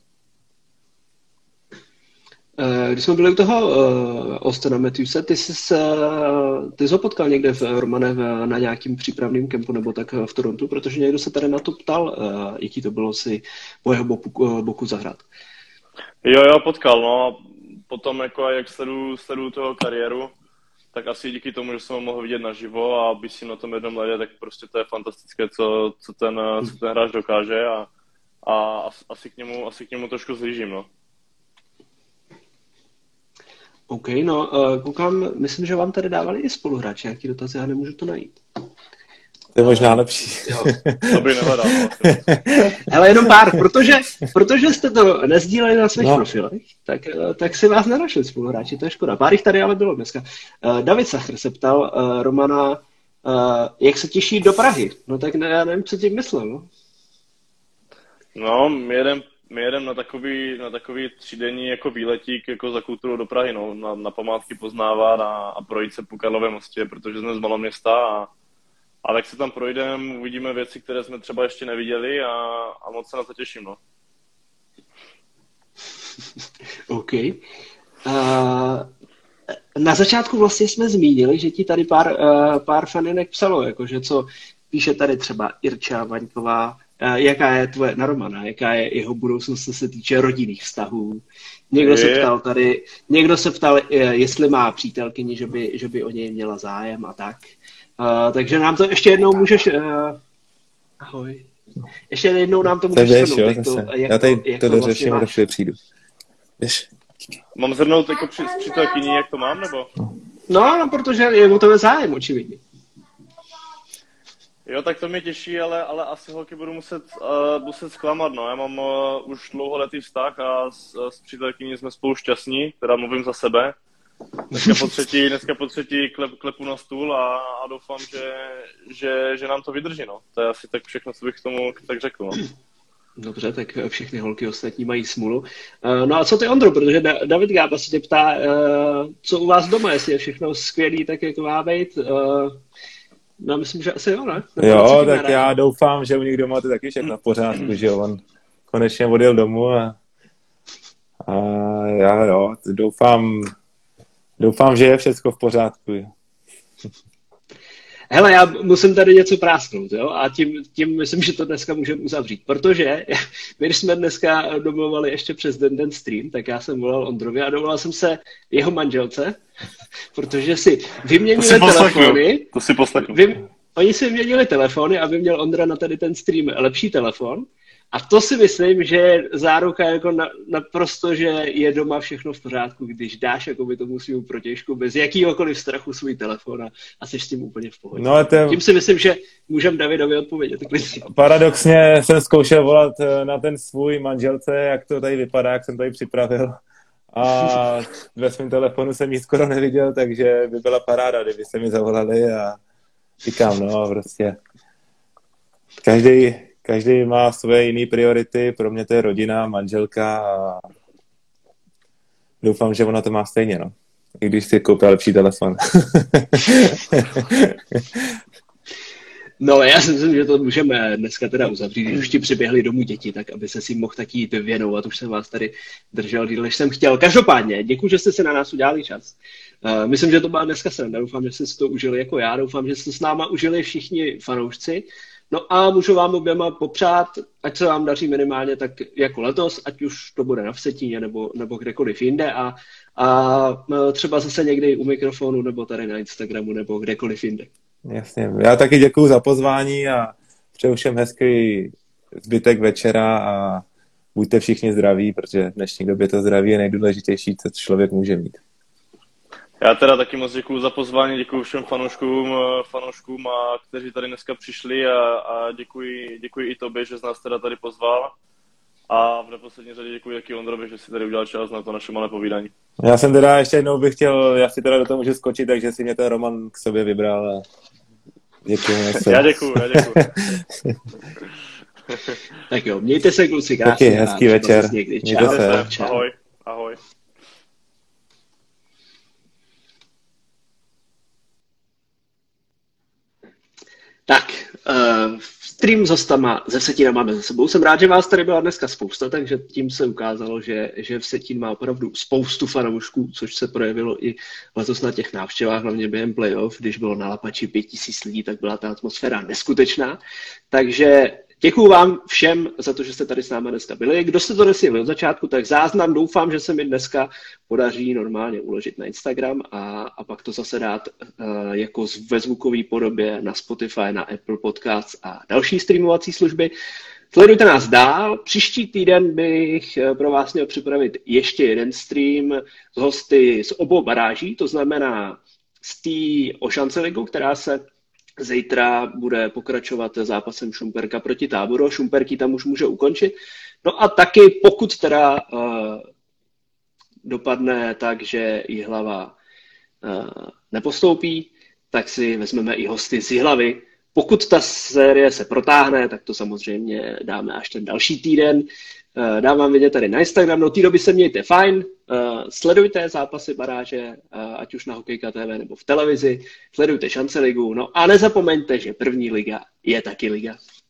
Když jsme byli u toho Austona Matthewse, ty jsi ho potkal někde Romane na nějakým přípravným kempu nebo tak v Torontu, protože někdo se tady na to ptal, jaký to bylo si po jeho boku zahrát. Jo, potkal, no. Potom jako jak sleduju toho kariéru, tak asi díky tomu, že jsem ho mohl vidět naživo a být si na tom jednom ledě, tak prostě to je fantastické, co ten hráč dokáže a asi k němu trošku zhlížím, no. OK, no, koukám, myslím, že vám tady dávali i spoluhráči nějaký dotazy, já nemůžu to najít. To je možná lepší. To by nevadalo. Ale jenom pár, protože jste to nezdíleli na svých profilech, tak si vás nenašli spoluhráči, to je škoda. Pár jich tady ale bylo dneska. David Sachr se ptal Romana, jak se těší do Prahy. No tak já nevím, co tím myslel. No, my jedeme na takový třídenní jako výletík jako za kulturou do Prahy, no, na památky poznávat a projít se po Karlově mostě, protože jsme z maloměsta a tak se tam projdeme, uvidíme věci, které jsme třeba ještě neviděli a moc se na to těším, no. OK. Na začátku vlastně jsme zmínili, že ti tady pár faninek psalo, jakože co píše tady třeba Irča Vaňková, jaká je tvoje na Romana, jaká je jeho budoucnost, co se týče rodinných vztahů. Někdo se ptal, jestli má přítelkyni, že by o něj měla zájem a tak. Takže nám to ještě jednou můžeš... ahoj. Ještě jednou nám to můžeš shrnout. Já tady to dořeším a do chvíli přijdu. Víš? Mám zhrnout jako s přítelkyní, jak to mám, nebo? No, protože je o tebe zájem, očividně. Jo, tak to mě těší, ale asi holky budu muset zklamat, no. Já mám už dlouholetý vztah a s přítelkyní jsme spolu šťastní, teda mluvím za sebe. Dneska po třetí klepu na stůl a doufám, že nám to vydrží, no. To je asi tak všechno, co bych k tomu tak řekl, no. Dobře, tak všechny holky ostatní mají smůlu. No a co ty, Ondro, protože David Gába se tě ptá, co u vás doma, jestli je všechno skvělý, tak jak má být. No, myslím, že asi jo, ne? Jo, tak já doufám, že u nich doma to taky všechno v pořádku, že jo, on konečně odjel domů a já jo, doufám, že je všechno v pořádku. Hele, já musím tady něco prásknout, jo, a tím myslím, že to dneska můžeme uzavřít, protože my, když jsme dneska domluvali ještě přes den stream, tak já jsem volal Ondrovi a dovolal jsem se jeho manželce, protože si vyměnili telefony. To si poslechnu. Oni si vyměnili telefony, aby měl Ondra na tady ten stream lepší telefon A to si myslím, že je záruka jako naprosto, že je doma všechno v pořádku, když dáš jakoby tomu svým protějšku bez jakýhokoliv strachu svůj telefon a jsi s tím úplně v pohodě. No, tím si myslím, že můžeme Davidovi odpovědět. Paradoxně jsem zkoušel volat na ten svůj manželce, jak to tady vypadá, jak jsem tady připravil. A ve svém telefonu jsem ji skoro neviděl, takže by byla paráda, kdyby se mi zavolali a říkám, no prostě každý má svoje jiné priority, pro mě to je rodina, manželka a doufám, že ona to má stejně, no. I když si koupila lepší telefon. No, já si myslím, že to můžeme dneska teda uzavřít, když už ti přiběhly domů děti, tak aby se si mohl taky jít věnovat, už jsem vás tady držel díl, než jsem chtěl. Každopádně, děkuji, že jste se na nás udělali čas. Myslím, že to byla dneska sranda, doufám, že jste si to užili jako já, doufám, že jste s náma užili všichni fanoušci. No a můžu vám oběma popřát, ať se vám daří minimálně tak jako letos, ať už to bude na Vsetíně nebo kdekoliv jinde a třeba zase někdy u mikrofonu nebo tady na Instagramu nebo kdekoliv jinde. Jasně, já taky děkuju za pozvání a přeju všem hezký zbytek večera a buďte všichni zdraví, protože v dnešní době to zdraví je nejdůležitější, co člověk může mít. Já teda taky moc děkuju za pozvání, děkuju všem fanouškům, kteří tady dneska přišli a děkuji i tobě, že jsi nás teda tady pozval. A v neposlední řadě děkuji taky Ondrovi, že si tady udělal čas na to naše malé povídání. Já jsem teda ještě jednou bych chtěl, já si teda do toho můžu skočit, takže si mě ten Roman k sobě vybral a děkuji. Já děkuju. Tak jo, mějte se, kluci, krásně. Taky hezký večer. Mějte se. Ahoj. Tak, stream s hostama ze Vsetína máme za sebou. Jsem rád, že vás tady byla dneska spousta, takže tím se ukázalo, že Vsetín má opravdu spoustu fanoušků, což se projevilo i letos na těch návštěvách, hlavně během playoff, když bylo na Lapači 5000 lidí, tak byla ta atmosféra neskutečná. Takže děkuju vám všem za to, že jste tady s námi dneska byli. Kdo jste to nesjeli od začátku, tak záznam doufám, že se mi dneska podaří normálně uložit na Instagram a pak to zase dát jako ve zvukové podobě na Spotify, na Apple Podcasts a další streamovací služby. Sledujte nás dál. Příští týden bych pro vás měl připravit ještě jeden stream s hosty z obou baráží, to znamená z té Ošance ligu, která se zítra bude pokračovat zápasem Šumperka proti Táboru. Šumperky tam už může ukončit. No a taky, pokud teda dopadne tak, že Jihlava nepostoupí, tak si vezmeme i hosty z Jihlavy. Pokud ta série se protáhne, tak to samozřejmě dáme až ten další týden. Dám vám vidět tady na Instagram, do té doby se mějte fajn, sledujte zápasy baráže, ať už na Hokejka TV nebo v televizi, sledujte Šance ligu, no a nezapomeňte, že první liga je taky liga.